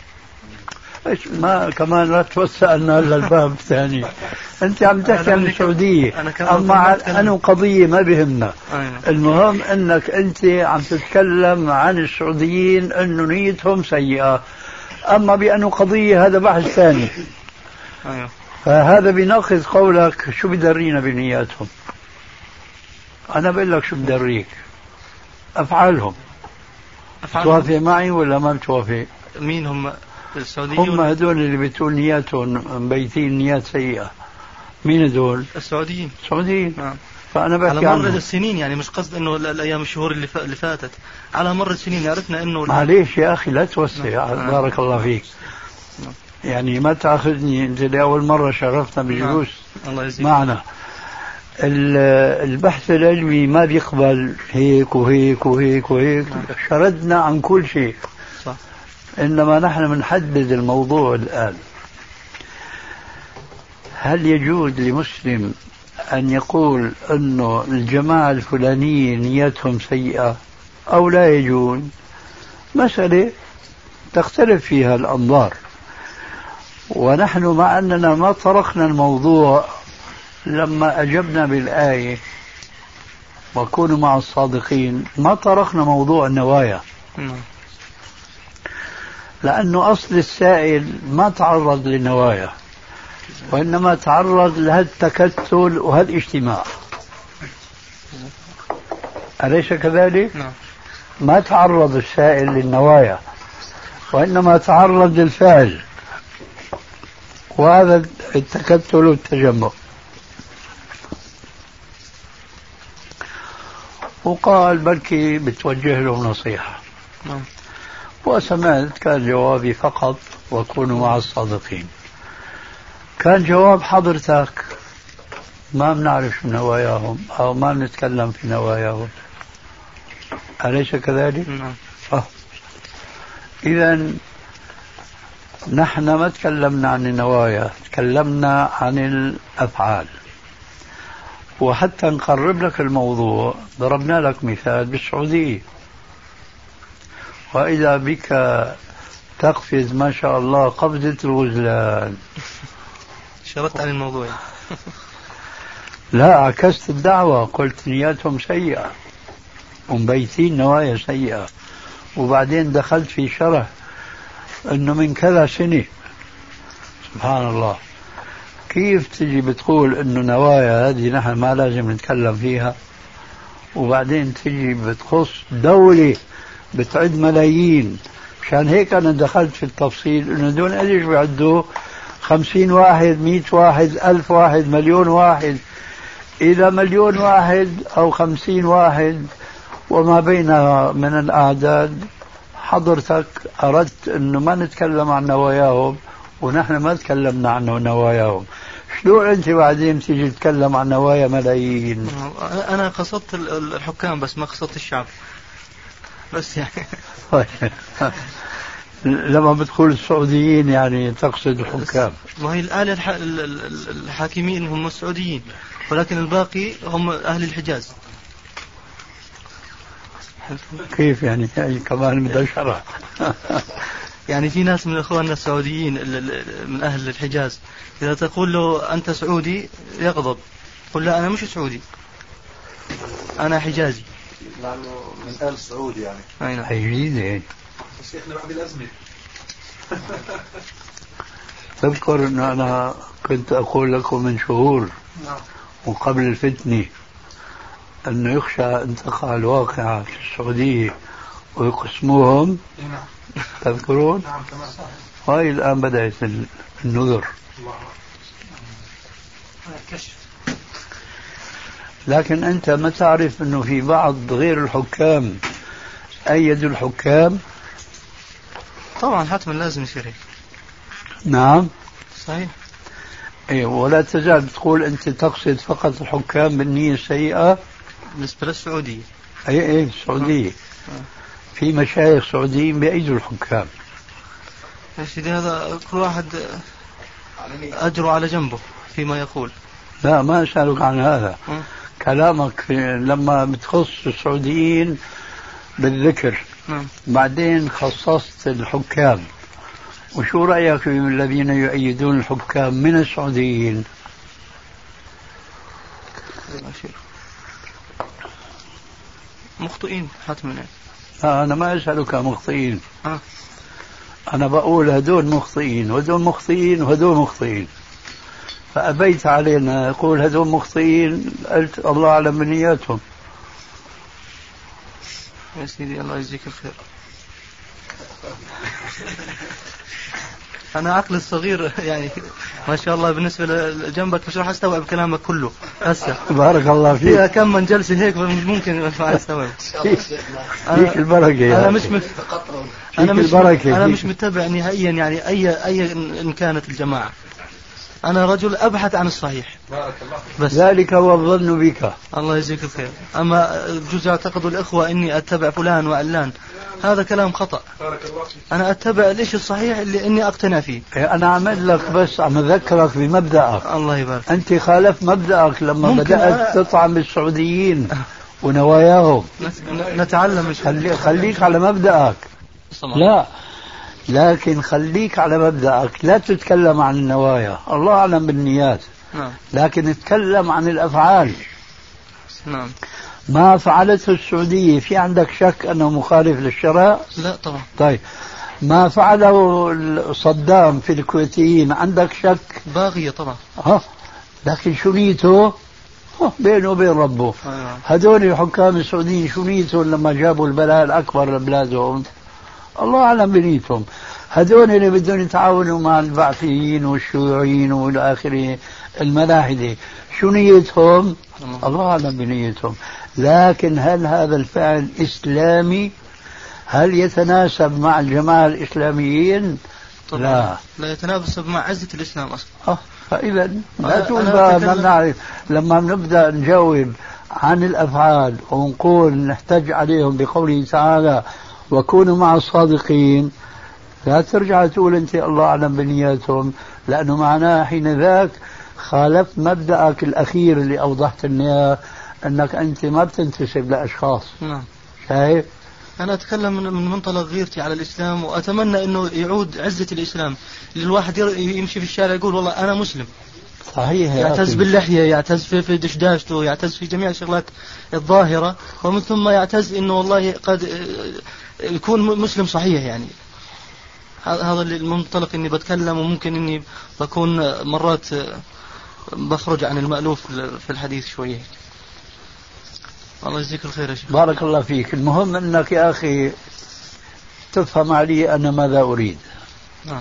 Speaker 3: ما كمان لا توسع لنا للباب الثاني. أنت عم تحكي عن السعودية، أما أنا قضية ما بهمنا. المهم أنك أنت عم تتكلم عن السعوديين أنه نيتهم سيئة، أما بأنه قضية هذا بحث ثاني.
Speaker 6: أيوه.
Speaker 3: فهذا بيناقض قولك شو بدرينا بنياتهم. أنا بقول لك شو بدريك أفعالهم. توافق معي ولا ما توافق؟
Speaker 6: مين هم السعوديين؟
Speaker 3: هم هدول اللي بتقول نياتهم بيتين نيات سيئة. مين هدول؟
Speaker 6: السعوديين.
Speaker 3: السعوديين.
Speaker 6: نعم.
Speaker 3: فأنا بحكي
Speaker 6: على مر السنين، يعني مش قصد إنه الأيام الشهور اللي اللي فاتت، على مر السنين عرفنا إنه.
Speaker 3: معليش يا أخي لا توسع. نعم. بارك الله فيك. نعم. يعني ما تأخذني أنت لأول مرة شرفتنا بجلوس معنا. البحث العلمي ما بيقبل هيك وهيك وهيك وهيك. شردنا عن كل شيء.
Speaker 6: صح.
Speaker 3: إنما نحن بنحدد الموضوع الآن. هل يجوز لمسلم أن يقول أنه الجماعة الفلانية نيتهم سيئة أو لا يجوز؟ مسألة تختلف فيها الأنظار، ونحن مع أننا ما طرقنا الموضوع لما أجبنا بالآية وكونوا مع الصادقين، ما طرقنا موضوع النوايا، لأنه أصل السائل ما تعرض للنوايا، وإنما تعرض لهالتكتل وهالاجتماع. أليس كذلك؟ ما تعرض السائل للنوايا، وإنما تعرض للفعل، وهذا التكتل والتجمع. وقال بلكي بتوجه له نصيحة. وسمعت كان جوابي فقط وكونوا مع الصادقين. كان جواب حضرتك ما بنعرف شو نواياهم أو ما بنتكلم في نواياهم. أليس كذلك؟
Speaker 6: نعم.
Speaker 3: آه. إذن نحن ما تكلمنا عن النوايا، تكلمنا عن الأفعال. وحتى نقرب لك الموضوع ضربنا لك مثال بالسعودية، وإذا بك تقفز ما شاء الله قفزة الغزلان.
Speaker 6: شرطت عن الموضوع.
Speaker 3: لا، عكست الدعوة، قلت نياتهم سيئة ومبيتين نوايا سيئة، وبعدين دخلت في شرح أنه من كذا سنة. سبحان الله، كيف تجي بتقول أنه نوايا هذه نحن ما لازم نتكلم فيها، وبعدين تجي بتخص دولة بتعد ملايين. مشان هيك أنا دخلت في التفصيل أنه دون أدري بيعدوا خمسين واحد، مئة واحد، ألف واحد، مليون واحد، إلى مليون واحد أو خمسين واحد وما بينها من الأعداد. حضرتك أردت أنه ما نتكلم عن نواياهم، ونحن ما تكلمنا عن نواياهم. شلون أنت بعدين تيجي تتكلم عن نوايا ملايين؟
Speaker 6: أنا قصدت الحكام بس ما قصدت الشعب بس يعني.
Speaker 3: لما بتقول السعوديين يعني تقصد الحكام؟
Speaker 6: ما هي الآلة الح... الحاكمين هم السعوديين، ولكن الباقي هم أهل الحجاز.
Speaker 3: كيف يعني؟ يعني كمان بدي شرح.
Speaker 6: يعني في ناس من إخواننا السعوديين من أهل الحجاز إذا تقول له أنت سعودي يغضب، قل لا أنا مش سعودي أنا حجازي،
Speaker 4: لأنه من أهل السعودي يعني.
Speaker 6: أين
Speaker 3: حجازي؟
Speaker 4: بس إحنا بعد الأزمة.
Speaker 3: تذكر أن أنا كنت أقول لكم من شهور وقبل الفتنة أنه يخشى أن تقع الواقعة في السعودية ويقسموهم. تذكرون؟
Speaker 4: نعم تمام.
Speaker 3: هاي الآن بدأت النذر. لكن أنت ما تعرف أنه في بعض غير الحكام أيدوا الحكام؟
Speaker 6: طبعا حتما لازم يصير هيك.
Speaker 3: نعم
Speaker 6: صحيح.
Speaker 3: إيه، ولا تزال تقول أنت تقصد فقط الحكام بالنية السيئة
Speaker 6: بالنسبة للسعودية.
Speaker 3: أي إيه السعودية.
Speaker 6: آه.
Speaker 3: في مشايخ سعوديين بيأيدوا الحكام.
Speaker 6: يا سيدي هذا كل واحد أجره على جنبه فيما يقول.
Speaker 3: لا ما أسألك عن هذا.
Speaker 6: م.
Speaker 3: كلامك في لما بتخص السعوديين بالذكر
Speaker 6: م. بعدين
Speaker 3: خصصت الحكام، وشو رأيك في الذين يؤيدون الحكام من السعوديين؟
Speaker 6: مخطئين حتما.
Speaker 3: لا أنا ما أسألك مخطئين.
Speaker 6: آه.
Speaker 3: أنا بقول هدول مخطئين وهدول مخطئين وهدول مخطئين، فأبيت علينا أقول هدول مخطئين، قلت الله أعلم بنياتهم.
Speaker 6: يا سيدي الله يجزيك الخير. أنا عقل الصغير يعني ما شاء الله بالنسبة لجنبك مش راح أستوعب كلامك كله هسه.
Speaker 3: بارك الله فيك.
Speaker 6: فيها كم من جلسة هيك ممكن ما أستوعب.
Speaker 3: فيك البركة.
Speaker 6: أنا مش مت... أنا مش
Speaker 3: البركة.
Speaker 6: أنا مش متبع نهائيا يعني أي أي إن كانت الجماعة. أنا رجل أبحث عن الصحيح بس.
Speaker 3: ذلك هو الظن بك.
Speaker 6: الله يجزيك الخير. أما جزء يعتقد الإخوة إني أتبع فلان وعلان، هذا كلام خطأ. أنا أتبع الإشي الصحيح اللي إني أقتنع فيه.
Speaker 3: أنا عمل لك بس عم أذكرك بمبدأك.
Speaker 6: الله يبارك.
Speaker 3: أنت خالف مبدأك لما بدأت تطعن بالسعوديين ونواياهم.
Speaker 6: نتعلم.
Speaker 3: خلي خليك على مبدأك. لا لكن خليك على مبدأك، لا تتكلم عن النوايا، الله أعلم بالنيات.
Speaker 6: نعم.
Speaker 3: لكن اتكلم عن الأفعال.
Speaker 6: نعم.
Speaker 3: ما فعلته السعودية في عندك شك أنه مخالف للشرع؟
Speaker 6: لا طبعا.
Speaker 3: طيب ما فعله صدام في الكويتيين عندك شك؟
Speaker 6: باغية طبعا.
Speaker 3: ها لكن شو نيته؟ بينه وبين ربه.
Speaker 6: أيوة.
Speaker 3: هذول الحكام السعوديين شو نيتهم لما جابوا البلاء الأكبر لبلادهم؟ الله أعلم بنيتهم. هذول اللي بدهم يتعاونوا مع البعثيين والشيوعيين والآخرين الملاحدة شو نيتهم؟ الله أعلم بنيتهم. لكن هل هذا الفعل إسلامي؟ هل يتناسب مع الجماعة الإسلاميين؟ لا
Speaker 6: لا يتناسب مع عزة الإسلام أصلا.
Speaker 3: أه فإذا لا تقول ما نعرف. لما نبدأ نجاوب عن الأفعال ونقول نحتج عليهم بقوله تعالى وكونوا مع الصادقين، لا ترجع تقول أنت الله أعلم بنياتهم، لأنه معناه حين ذاك خالفت مبدأك الأخير اللي أوضحت لنا أنك أنت ما بتنتسب لأشخاص.
Speaker 6: نعم.
Speaker 3: شايف؟
Speaker 6: أنا أتكلم من منطلق غيرتي على الإسلام، وأتمنى أنه يعود عزة الإسلام للواحد يمشي في الشارع يقول والله أنا مسلم.
Speaker 3: صحيح،
Speaker 6: يعتز باللحية، يعتز في في دشداشته، يعتز في جميع الشغلات الظاهرة، ومن ثم يعتز إنه والله قد يكون مسلم صحيح. يعني هذا المنطلق إني بتكلم، وممكن إني بكون مرات بخرج عن المألوف في الحديث شوية. الله يجزيك الخير يا شيخ.
Speaker 3: بارك الله فيك. المهم أنك يا أخي تفهم علي أنا ماذا أريد.
Speaker 6: نعم.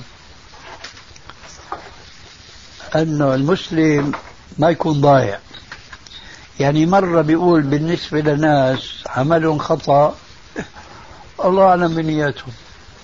Speaker 3: أنه المسلم ما يكون ضايع. يعني مرة بيقول بالنسبة لناس عملهم خطأ الله أعلم بنياتهم،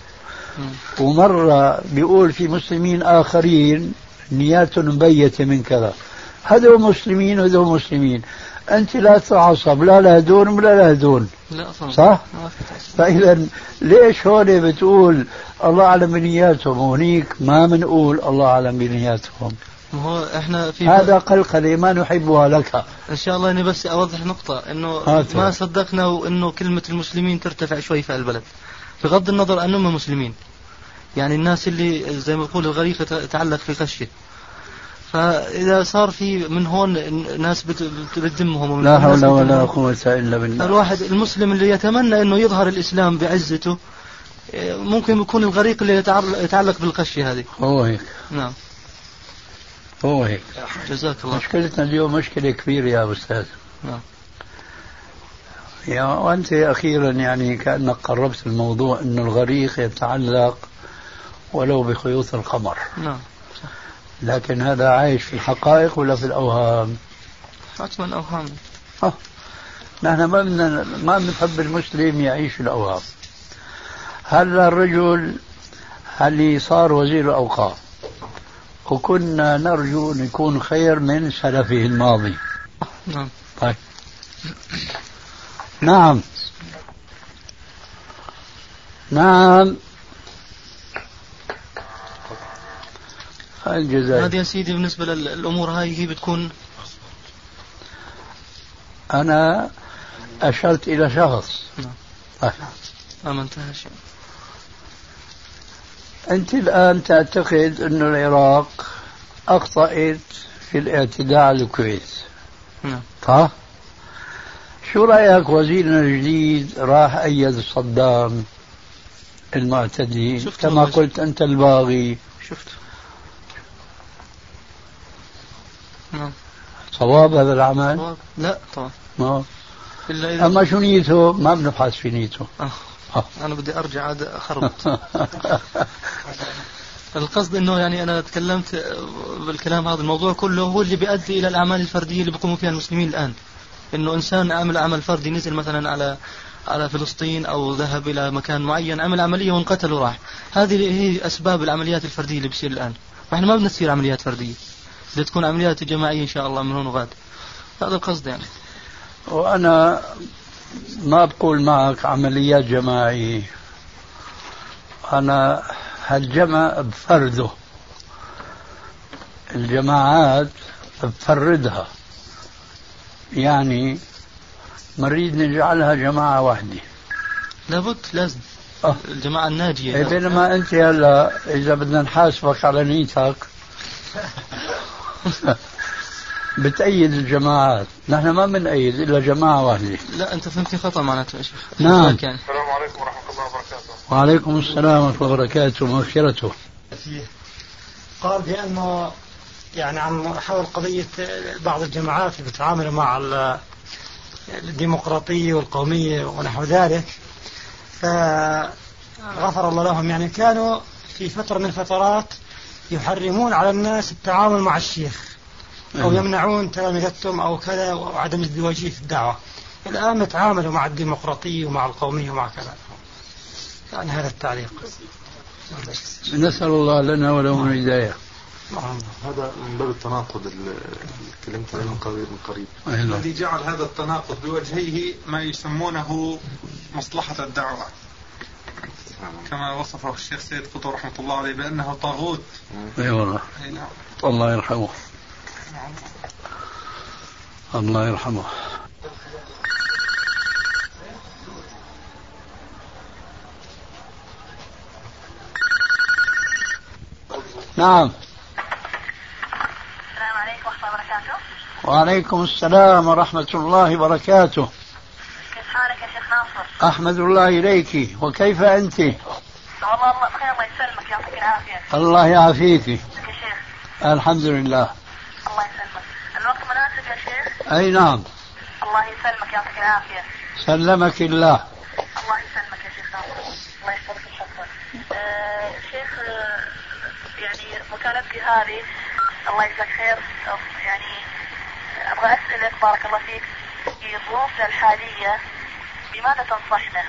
Speaker 3: ومرة بيقول في مسلمين آخرين نياتهم مبيتة من كذا. هذول مسلمين وهذول مسلمين، أنت لا تعصب لا لهدون ولا لهدون، صح؟ فإذا ليش هون بتقول الله أعلم بنياتهم وهنيك ما منقول الله أعلم بنياتهم؟
Speaker 6: هو احنا في
Speaker 3: هذا قلقلة ما نحبها لك.
Speaker 6: ان شاء الله اني بس اوضح نقطة، انه
Speaker 3: هاتوا.
Speaker 6: ما صدقنا وانه كلمة المسلمين ترتفع شوي في البلد بغض النظر انهم مسلمين. يعني الناس اللي زي ما بقول الغريق يتعلق في خشية، فاذا صار في من هون ناس بتذمهم،
Speaker 3: لا حول ولا قوة الا بالله.
Speaker 6: الواحد المسلم اللي يتمنى انه يظهر الاسلام بعزته ممكن يكون الغريق اللي يتعلق بالخشية هذه.
Speaker 3: هو هيك.
Speaker 6: نعم
Speaker 3: هو هيك.
Speaker 6: جزاك الله.
Speaker 3: مشكلتنا اليوم مشكلة كبيرة يا أستاذ.
Speaker 6: نعم.
Speaker 3: يا وأنت أخيرا يعني كأنك قربت الموضوع أن الغريق يتعلق ولو بخيوط القمر.
Speaker 6: نعم.
Speaker 3: لكن هذا عايش في الحقائق ولا في الأوهام؟
Speaker 6: حتما أوهام.
Speaker 3: ها. نحن ما بدنا ما بنحب المسلم يعيش في الأوهام. هذا الرجل اللي صار وزير الأوقاف وكنا نرجو أن يكون خير من سلفه الماضي.
Speaker 6: نعم.
Speaker 3: طيب. نعم نعم. الجزائر
Speaker 6: هذه يا سيدي بالنسبة للأمور هاي هي بتكون.
Speaker 3: أنا أشرت إلى شخص.
Speaker 6: نعم.
Speaker 3: طيب.
Speaker 6: ما انتهى شيء.
Speaker 3: أنت الآن تعتقد أن العراق أخطأت في الاعتداء على الكويت.
Speaker 6: نعم.
Speaker 3: صح؟ شو رأيك وزيرنا الجديد راح أيد صدام المعتدين كما
Speaker 6: وجه.
Speaker 3: قلت أنت الباغي.
Speaker 6: شفت. نعم.
Speaker 3: صواب هذا العمل؟
Speaker 6: صواب. لا طبعا.
Speaker 3: ما.
Speaker 6: إلا إذا
Speaker 3: أما شو نيته ما بنبحث في نيته.
Speaker 6: آه.
Speaker 3: آه.
Speaker 6: أنا بدي أرجع عاد أخربط. القصد إنه يعني أنا تكلمت بالكلام هذا الموضوع كله هو اللي بيؤدي إلى الأعمال الفردية اللي بيقوموا فيها المسلمين الآن. إنه إنسان عمل عمل فردي نزل مثلا على على فلسطين أو ذهب إلى مكان معين عمل عملية وانقتل وراح. هذه هي أسباب العمليات الفردية اللي بيصير الآن. وإحنا ما بنصير عمليات فردية، بدها تكون عمليات جماعية إن شاء الله من هون وغاد. هذا القصد يعني.
Speaker 3: وأنا ما بقول معك عمليات جماعية، أنا هالجمع بفرده، الجماعات بفردها، يعني نريد نجعلها جماعة واحدة.
Speaker 6: لابد لازم
Speaker 3: أه.
Speaker 6: الجماعة الناجية.
Speaker 3: إيه بينما أنت هلا إذا بدنا نحاسبك على نيتك بتأيد الجماعات، نحن ما بنأيد إلا جماعة واحدة.
Speaker 6: لا أنت فهمتني خطأ معناته يا شيخ.
Speaker 3: نعم.
Speaker 6: يعني.
Speaker 4: السلام عليكم ورحمة الله وبركاته.
Speaker 3: وعليكم السلام ورحمة الله وبركاته. مغفرته.
Speaker 9: قال بأنه يعني عن حول قضية بعض الجماعات اللي بتعاملوا مع الديمقراطية والقومية ونحو ذلك، فغفر الله لهم يعني كانوا في فترة من الفترات يحرمون على الناس التعامل مع الشيخ أو يمنعون تلامذتهم أو كذا وعدم ازدواجية في الدعوة. الآن نتعاملوا مع الديمقراطية ومع القومية ومع كذا. يعني هذا التعليق.
Speaker 3: نسأل الله لنا ولهم الهداية.
Speaker 10: هذا من باب التناقض اللي تكلمت عليه من قريب من قريب.
Speaker 4: الذي جعل هذا التناقض بوجهيه ما يسمونه مصلحة الدعوة، كما وصفه الشيخ سيد قطب رحمة الله عليه بأنه طاغوت.
Speaker 3: اي والله. الله يرحمه. الله يرحمه. نعم.
Speaker 11: السلام عليكم.
Speaker 3: وعليكم السلام ورحمة الله وبركاته.
Speaker 8: كيف حالك يا شيخ ناصر؟
Speaker 3: أحمد الله إليك، وكيف أنت؟
Speaker 8: والله الله بخير، الله يسلمك، يعطيك العافية.
Speaker 3: الله يعافيك.
Speaker 8: يا شيخ
Speaker 3: الحمد لله.
Speaker 8: الله يسلمك. الوقت مناسب يا شيخ؟
Speaker 3: أي نعم.
Speaker 8: الله يسلمك، يعطيك العافية.
Speaker 3: سلمك الله.
Speaker 8: الله يسلمك يا شيخ ناصر، الله يحفظك ويحفظك. أه شيخ، أه يعني مكالمتي هذه الله يجزاك خير، يعني أبغى أسألك بارك الله فيك في ظروفنا الحالية بماذا تنصحنا؟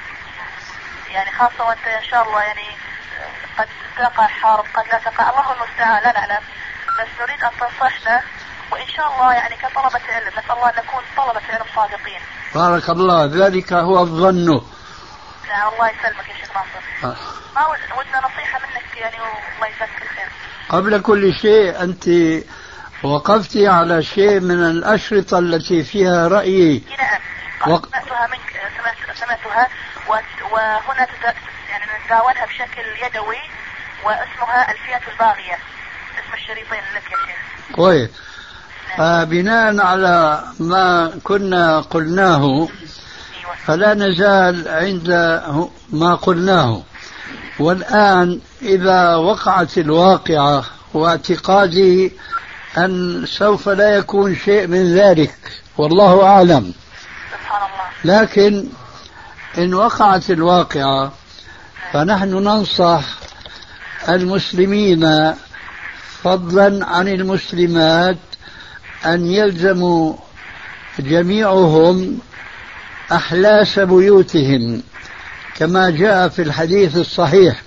Speaker 8: يعني خاصة وأنت إن شاء الله يعني قد تقع حرب قد لا تقع، الله المستعان لا نعلم، بس نريد أن تنصحنا وإن شاء الله يعني كطلبة علم نسأل الله أن نكون طلبة علم صادقين.
Speaker 3: بارك الله، ذلك هو الظن.
Speaker 8: نعم الله يسلمك يا شيخ ناصر. آه. ما ودنا نصيحة منك يعني والله يجزاك الخير.
Speaker 3: قبل كل شيء أنت وقفت على شيء من الأشرطة التي فيها رأيي.
Speaker 8: نعم وق... سمعتها منك، سمعت... سمعتها و... وهنا تد... يعني نتداولها بشكل يدوي واسمها الفئة الباغية، اسم الشريطين لك يا شيخ.
Speaker 3: كويس. فبناء على ما كنا قلناه فلا نزال عند ما قلناه، والآن إذا وقعت الواقعة واعتقادي أن سوف لا يكون شيء من ذلك والله أعلم،
Speaker 8: سبحان الله،
Speaker 3: لكن إن وقعت الواقعة فنحن ننصح المسلمين فضلا عن المسلمات أن يلزموا جميعهم أحلاس بيوتهم كما جاء في الحديث الصحيح: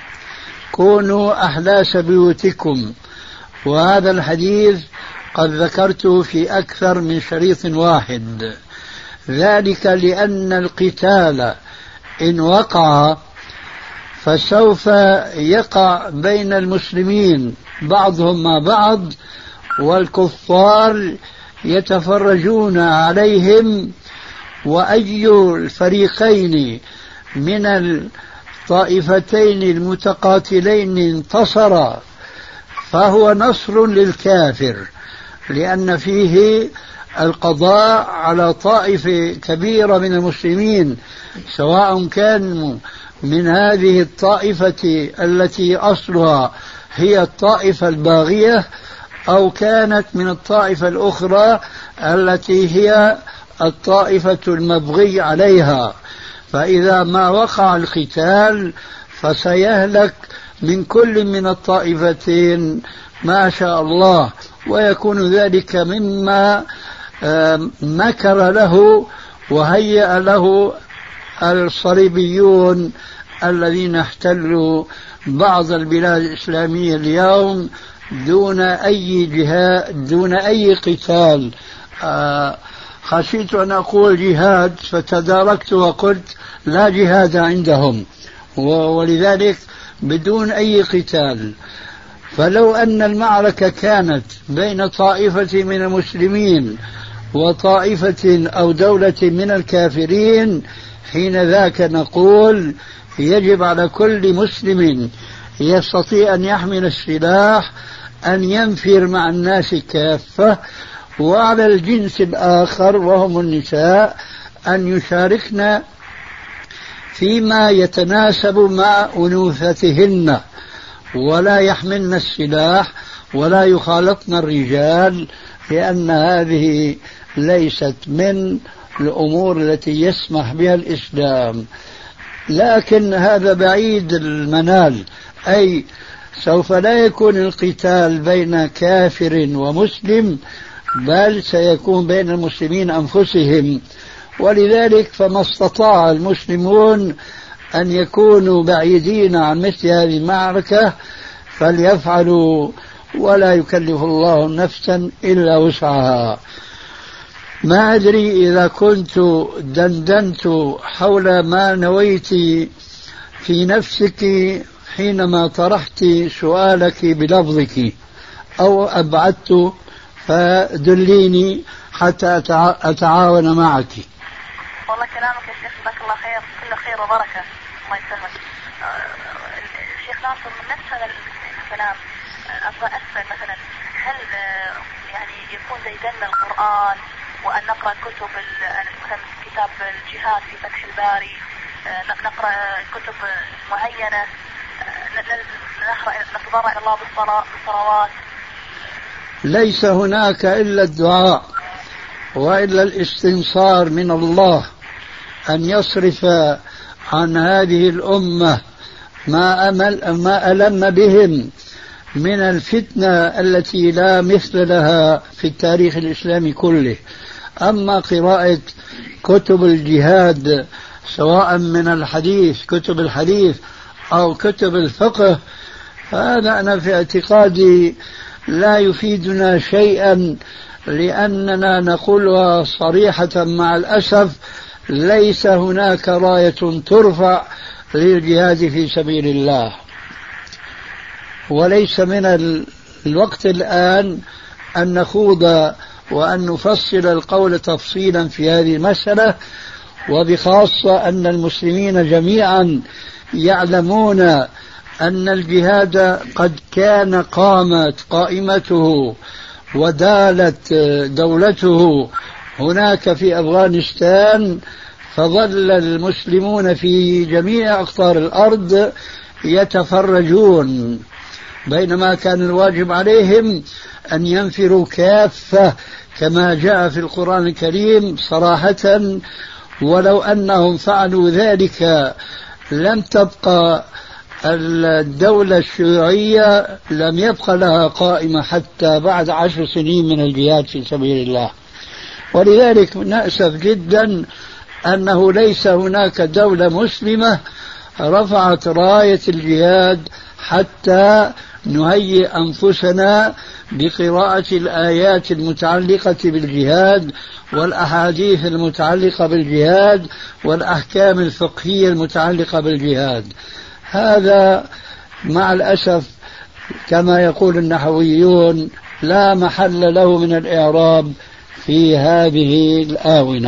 Speaker 3: كونوا أحلاس بيوتكم. وهذا الحديث قد ذكرته في أكثر من شريط واحد، ذلك لأن القتال إن وقع فسوف يقع بين المسلمين بعضهم مع بعض، والكفار يتفرجون عليهم، وأي الفريقين من الطائفتين المتقاتلين انتصر فهو نصر للكافر، لأن فيه القضاء على طائفة كبيرة من المسلمين، سواء كان من هذه الطائفة التي أصلها هي الطائفة الباغية أو كانت من الطائفة الأخرى التي هي الطائفة المبغي عليها. فإذا ما وقع القتال فسيهلك من كل من الطائفتين ما شاء الله، ويكون ذلك مما مكر له وهيأ له الصليبيون الذين احتلوا بعض البلاد الإسلامية اليوم دون أي جهاد، دون أي قتال. خشيت أن أقول جهاد فتداركت وقلت لا جهاد عندهم، ولذلك بدون أي قتال. فلو أن المعركة كانت بين طائفة من المسلمين وطائفة أو دولة من الكافرين، حين ذاك نقول يجب على كل مسلم يستطيع أن يحمل السلاح أن ينفر مع الناس كافة، وعلى الجنس الآخر وهم النساء أن يشاركن فيما يتناسب مع أنوثتهن، ولا يحملن السلاح ولا يخالطن الرجال، لأن هذه ليست من الأمور التي يسمح بها الإسلام. لكن هذا بعيد المنال، أي سوف لا يكون القتال بين كافر ومسلم، بل سيكون بين المسلمين أنفسهم. ولذلك فما استطاع المسلمون أن يكونوا بعيدين عن مثل هذه المعركة فليفعلوا، ولا يكلف الله نفسا إلا وسعها. ما أدري إذا كنت دندنت حول ما نويت في نفسك حينما طرحت سؤالك بلفظك أو أبعدت، فدليني حتى أتعاون معك.
Speaker 8: والله كلامك يا شيخ جزاك الله خير، كل خير وبركة، الله يسلمك. الشيخ ناصر من نفس هذا الكلام أبغى أسأل مثلا، هل يعني يكون زي دلنا القرآن، وأن نقرأ كتب مثلا كتاب الجهاد في فتح الباري، نقرأ كتب معينة، نتضرع إلى الله بالصلوات.
Speaker 3: ليس هناك إلا الدعاء وإلا الاستنصار من الله أن يصرف عن هذه الأمة ما أمل ما ألم بهم من الفتنة التي لا مثل لها في التاريخ الإسلامي كله. أما قراءة كتب الجهاد سواء من الحديث كتب الحديث أو كتب الفقه، هذا أنا في اعتقادي لا يفيدنا شيئا، لأننا نقولها صريحة مع الأسف ليس هناك راية ترفع للجهاد في سبيل الله. وليس من الوقت الآن أن نخوض وأن نفصل القول تفصيلا في هذه المسألة، وبخاصة أن المسلمين جميعا يعلمون أن الجهاد قد كان قامت قائمته ودالت دولته هناك في أفغانستان، فظل المسلمون في جميع أقطار الأرض يتفرجون، بينما كان الواجب عليهم أن ينفروا كافة كما جاء في القرآن الكريم صراحة. ولو أنهم فعلوا ذلك لم تبقى الدولة الشيوعية لم يبقى لها قائمة حتى بعد عشر سنين من الجهاد في سبيل الله. ولذلك نأسف جدا أنه ليس هناك دولة مسلمة رفعت راية الجهاد حتى نهيئ أنفسنا بقراءة الآيات المتعلقة بالجهاد والأحاديث المتعلقة بالجهاد والأحكام الفقهية المتعلقة بالجهاد. هذا مع الأسف كما يقول النحويون لا محل له من الإعراب في هذه الآونة.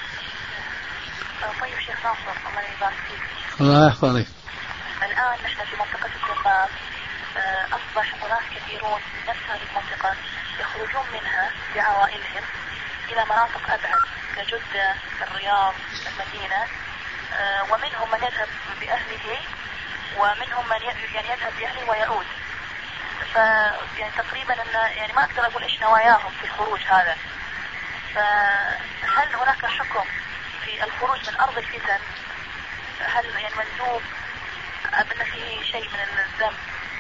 Speaker 8: طيب شيخ ناصر الله يبارك فيك.
Speaker 3: الله يحفظك.
Speaker 8: الآن نحن في منطقة الدمام، أصبح أناس كثيرون من نفس هذه المنطقة يخرجون منها بعوائلهم إلى مناطق أبعد كجدة، الرياض، المدينة، ومنهم من يذهب بأهله ومنهم من يعني يذهب بأهله ويعود. ف يعني تقريبا أن يعني ما أقدر أقول إيش نواياهم في الخروج هذا. فهل هناك حكم في الخروج من أرض الفتن؟ هل يعني مندوب أم أن فيه شيء من الذنب؟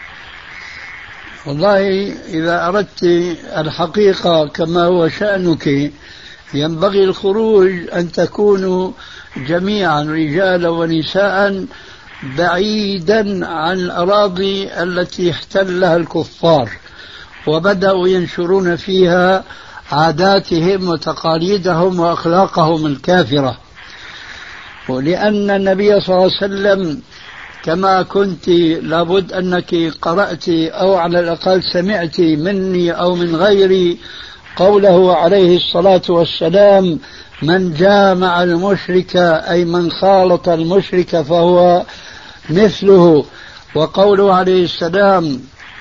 Speaker 3: والله إذا أردت الحقيقة كما هو شأنك ينبغي الخروج أن تكونوا جميعا رجالا ونساء بعيدا عن الأراضي التي احتلها الكفار وبدأوا ينشرون فيها عاداتهم وتقاليدهم وأخلاقهم الكافرة. ولأن النبي صلى الله عليه وسلم كما كنت لابد أنك قرأت أو على الأقل سمعت مني أو من غيري قوله عليه الصلاة والسلام: من جامع المشرك أي من خالط المشرك فهو مثله. وقوله عليه السلام: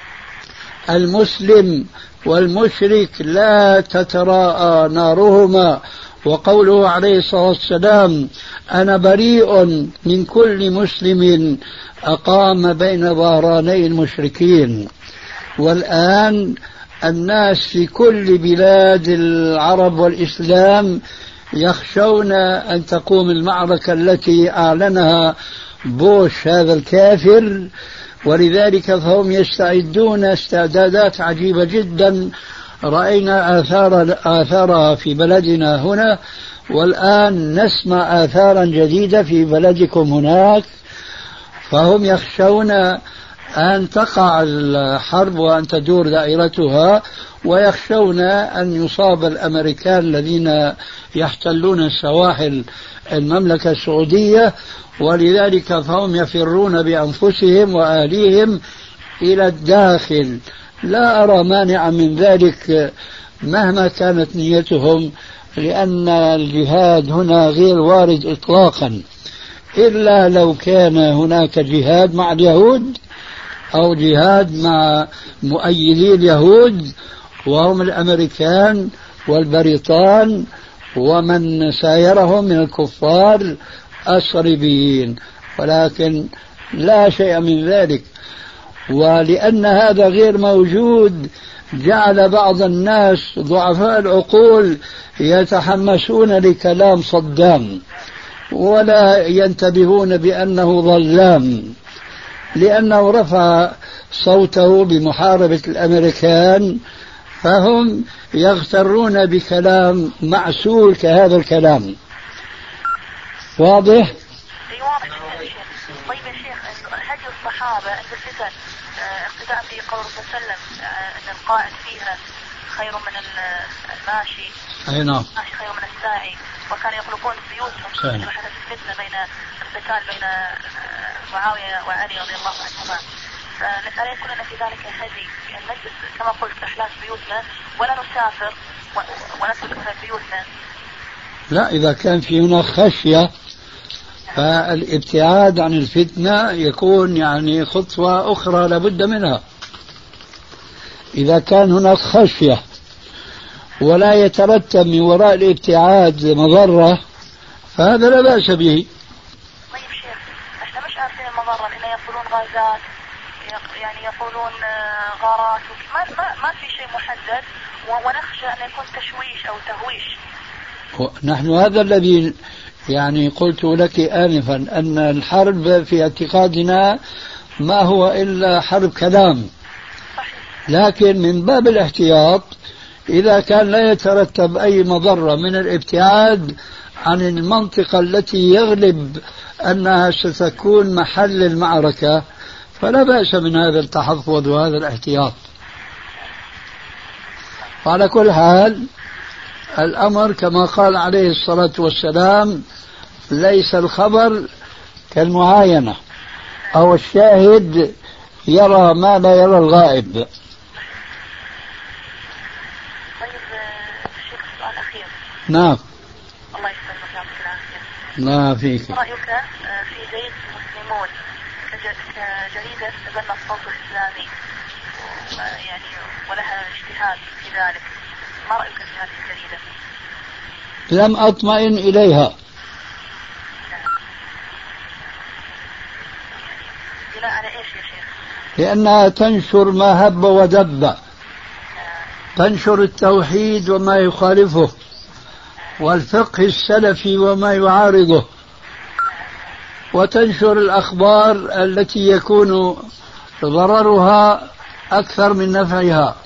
Speaker 3: المسلم والمشرك لا تتراءى نارهما. وقوله عليه الصلاة والسلام: أنا بريء من كل مسلم أقام بين ظهراني المشركين. والآن الناس في كل بلاد العرب والإسلام يخشون أن تقوم المعركة التي أعلنها بوش هذا الكافر، ولذلك فهم يستعدون استعدادات عجيبة جدا رأينا آثار آثارها في بلدنا هنا، والآن نسمع آثارا جديدة في بلدكم هناك. فهم يخشون أن تقع الحرب وأن تدور دائرتها، ويخشون أن يصاب الأمريكان الذين يحتلون سواحل المملكة السعودية، ولذلك فهم يفرون بأنفسهم وأهليهم إلى الداخل. لا أرى مانع من ذلك مهما كانت نيتهم، لأن الجهاد هنا غير وارد إطلاقا، إلا لو كان هناك جهاد مع اليهود أو جهاد مع مؤيدي اليهود، وهم الأمريكان والبريطان ومن سايرهم من الكفار الصليبيين، ولكن لا شيء من ذلك. ولأن هذا غير موجود جعل بعض الناس ضعفاء العقول يتحمسون لكلام صدام ولا ينتبهون بأنه ظلام، لأنه رفع صوته بمحاربة الأمريكان، فهم يغترون بكلام معسول كهذا الكلام. واضح؟
Speaker 8: طيب يا شيخ، هدي الصحابة عند الفتن اقتداء في قول الرسول صلى الله عليه وسلم أن القاعد فيها خير من الماشي.
Speaker 3: أي نعم.
Speaker 8: الماشي خير من الساعي، وكانوا يخلقون بيوتهم في حدث الفتنة بين القتال بين معاوية وعلي رضي الله عنهما. فنسأل يكون لنا في ذلك هدي، يعني نجلس كما قلت أحلاس بيوتنا ولا نسافر ونترك بيوتنا.
Speaker 3: لا، إذا كان في هناك خشية فالابتعاد عن الفتنة يكون يعني خطوة أخرى لابد منها. إذا كان هناك خشية ولا يترتب من وراء الابتعاد مضرة فهذا لا بأس به.
Speaker 8: طيب شيخ، احنا مش عارفين المضرة، لأنه يقولون غازات، يعني يقولون غارات، ما, ما, ما في شيء محدد، ونخشى أن يكون تشويش أو تهويش.
Speaker 3: نحن هذا الذي يعني قلت لك آنفا، أن الحرب في اعتقادنا ما هو إلا حرب كلام، لكن من باب الاحتياط إذا كان لا يترتب أي مضرة من الابتعاد عن المنطقة التي يغلب أنها ستكون محل المعركة فلا بأس من هذا التحفظ وهذا الاحتياط. وعلى كل حال الأمر كما قال عليه الصلاة والسلام ليس الخبر كالمعاينة، أو الشاهد يرى ما لا يرى الغائب.
Speaker 8: طيب شيخ، سؤال أخير.
Speaker 3: نعم.
Speaker 8: الله يسلمك ويعطيك العافية.
Speaker 3: لا فيك.
Speaker 8: رأيك في جريدة المسلمون كجريدة تبنى الصوت الإسلامي يعني ولها اجتهاد في ذلك، ما رأيك في هذه الجريدة؟
Speaker 3: لم أطمئن إليها.
Speaker 8: بناء على إيش يا شيخ؟
Speaker 3: لأنها تنشر ما هب ودب، تنشر التوحيد وما يخالفه، والفقه السلفي وما يعارضه، وتنشر الأخبار التي يكون ضررها أكثر من نفعها.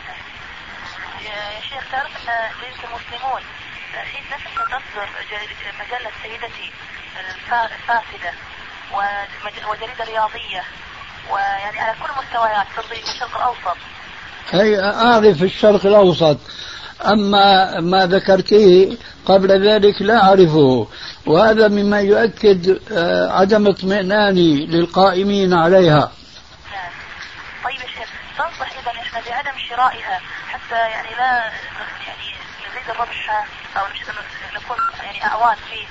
Speaker 8: يا شيخ، تعرف أن جريدة المسلمون هي نفسها تصدر مجلة سيدتي الفاسدة وجريدة رياضية، ويعني على كل المستويات ترضي الشرق الأوسط.
Speaker 3: أي أعرف الشرق الأوسط، أما ما ذكرته قبل ذلك لا أعرفه، وهذا مما يؤكد عدم اطمئناني للقائمين عليها.
Speaker 8: طيب يا شيخ، تنصح إذا إحنا بعدم شرائها حتى يعني لا يعني يزيد الربح أو نكون يعني أعوان فيه؟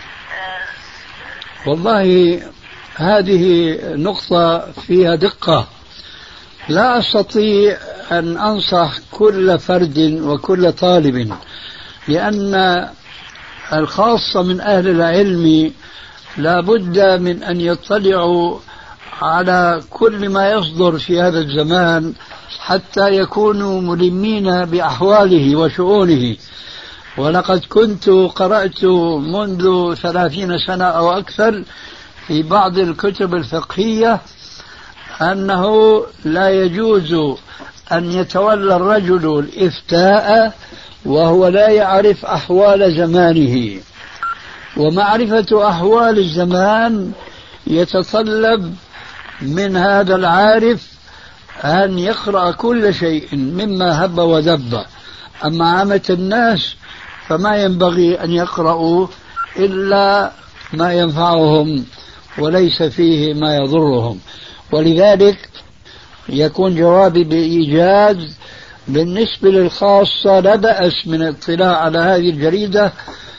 Speaker 3: والله هذه نقطة فيها دقة، لا أستطيع أن أنصح كل فرد وكل طالب، لأن الخاصة من أهل العلم لا بد من أن يطلعوا على كل ما يصدر في هذا الزمان حتى يكونوا ملمين بأحواله وشؤونه. ولقد كنت قرأت منذ ثلاثين سنة أو أكثر في بعض الكتب الفقهية أنه لا يجوز أن يتولى الرجل الإفتاء وهو لا يعرف أحوال زمانه، ومعرفة أحوال الزمان يتطلب من هذا العارف أن يقرأ كل شيء مما هب ودب. أما عامة الناس فما ينبغي أن يقرأوا إلا ما ينفعهم وليس فيه ما يضرهم. ولذلك يكون جوابي بإيجاز بالنسبة للخاصة لا بأس من الاطلاع على هذه الجريدة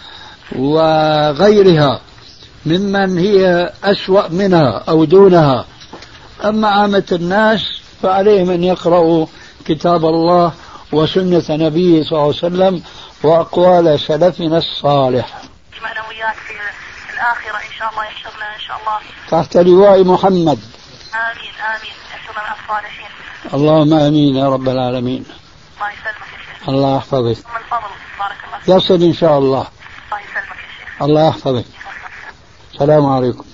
Speaker 3: وغيرها ممن هي أسوأ منها أو دونها. أما عامة الناس فعليهم أن يقرأوا كتاب الله وسنة نبيه صلى الله عليه وسلم وأقوال سلفنا الصالح.
Speaker 8: جمعنا وياك في الآخرة إن شاء الله، يحشرنا إن شاء الله
Speaker 3: تحت لواء محمد.
Speaker 8: آمين آمين، يحشرنا مع الصالحين.
Speaker 3: اللهم آمين يا رب العالمين.
Speaker 8: الله يسلمك يا شيخ.
Speaker 3: الله يحفظك.
Speaker 8: من الفضل بارك الله فيك.
Speaker 3: يصل إن شاء الله.
Speaker 8: الله يسلمك يا شيخ.
Speaker 3: الله يحفظك. السلام عليكم.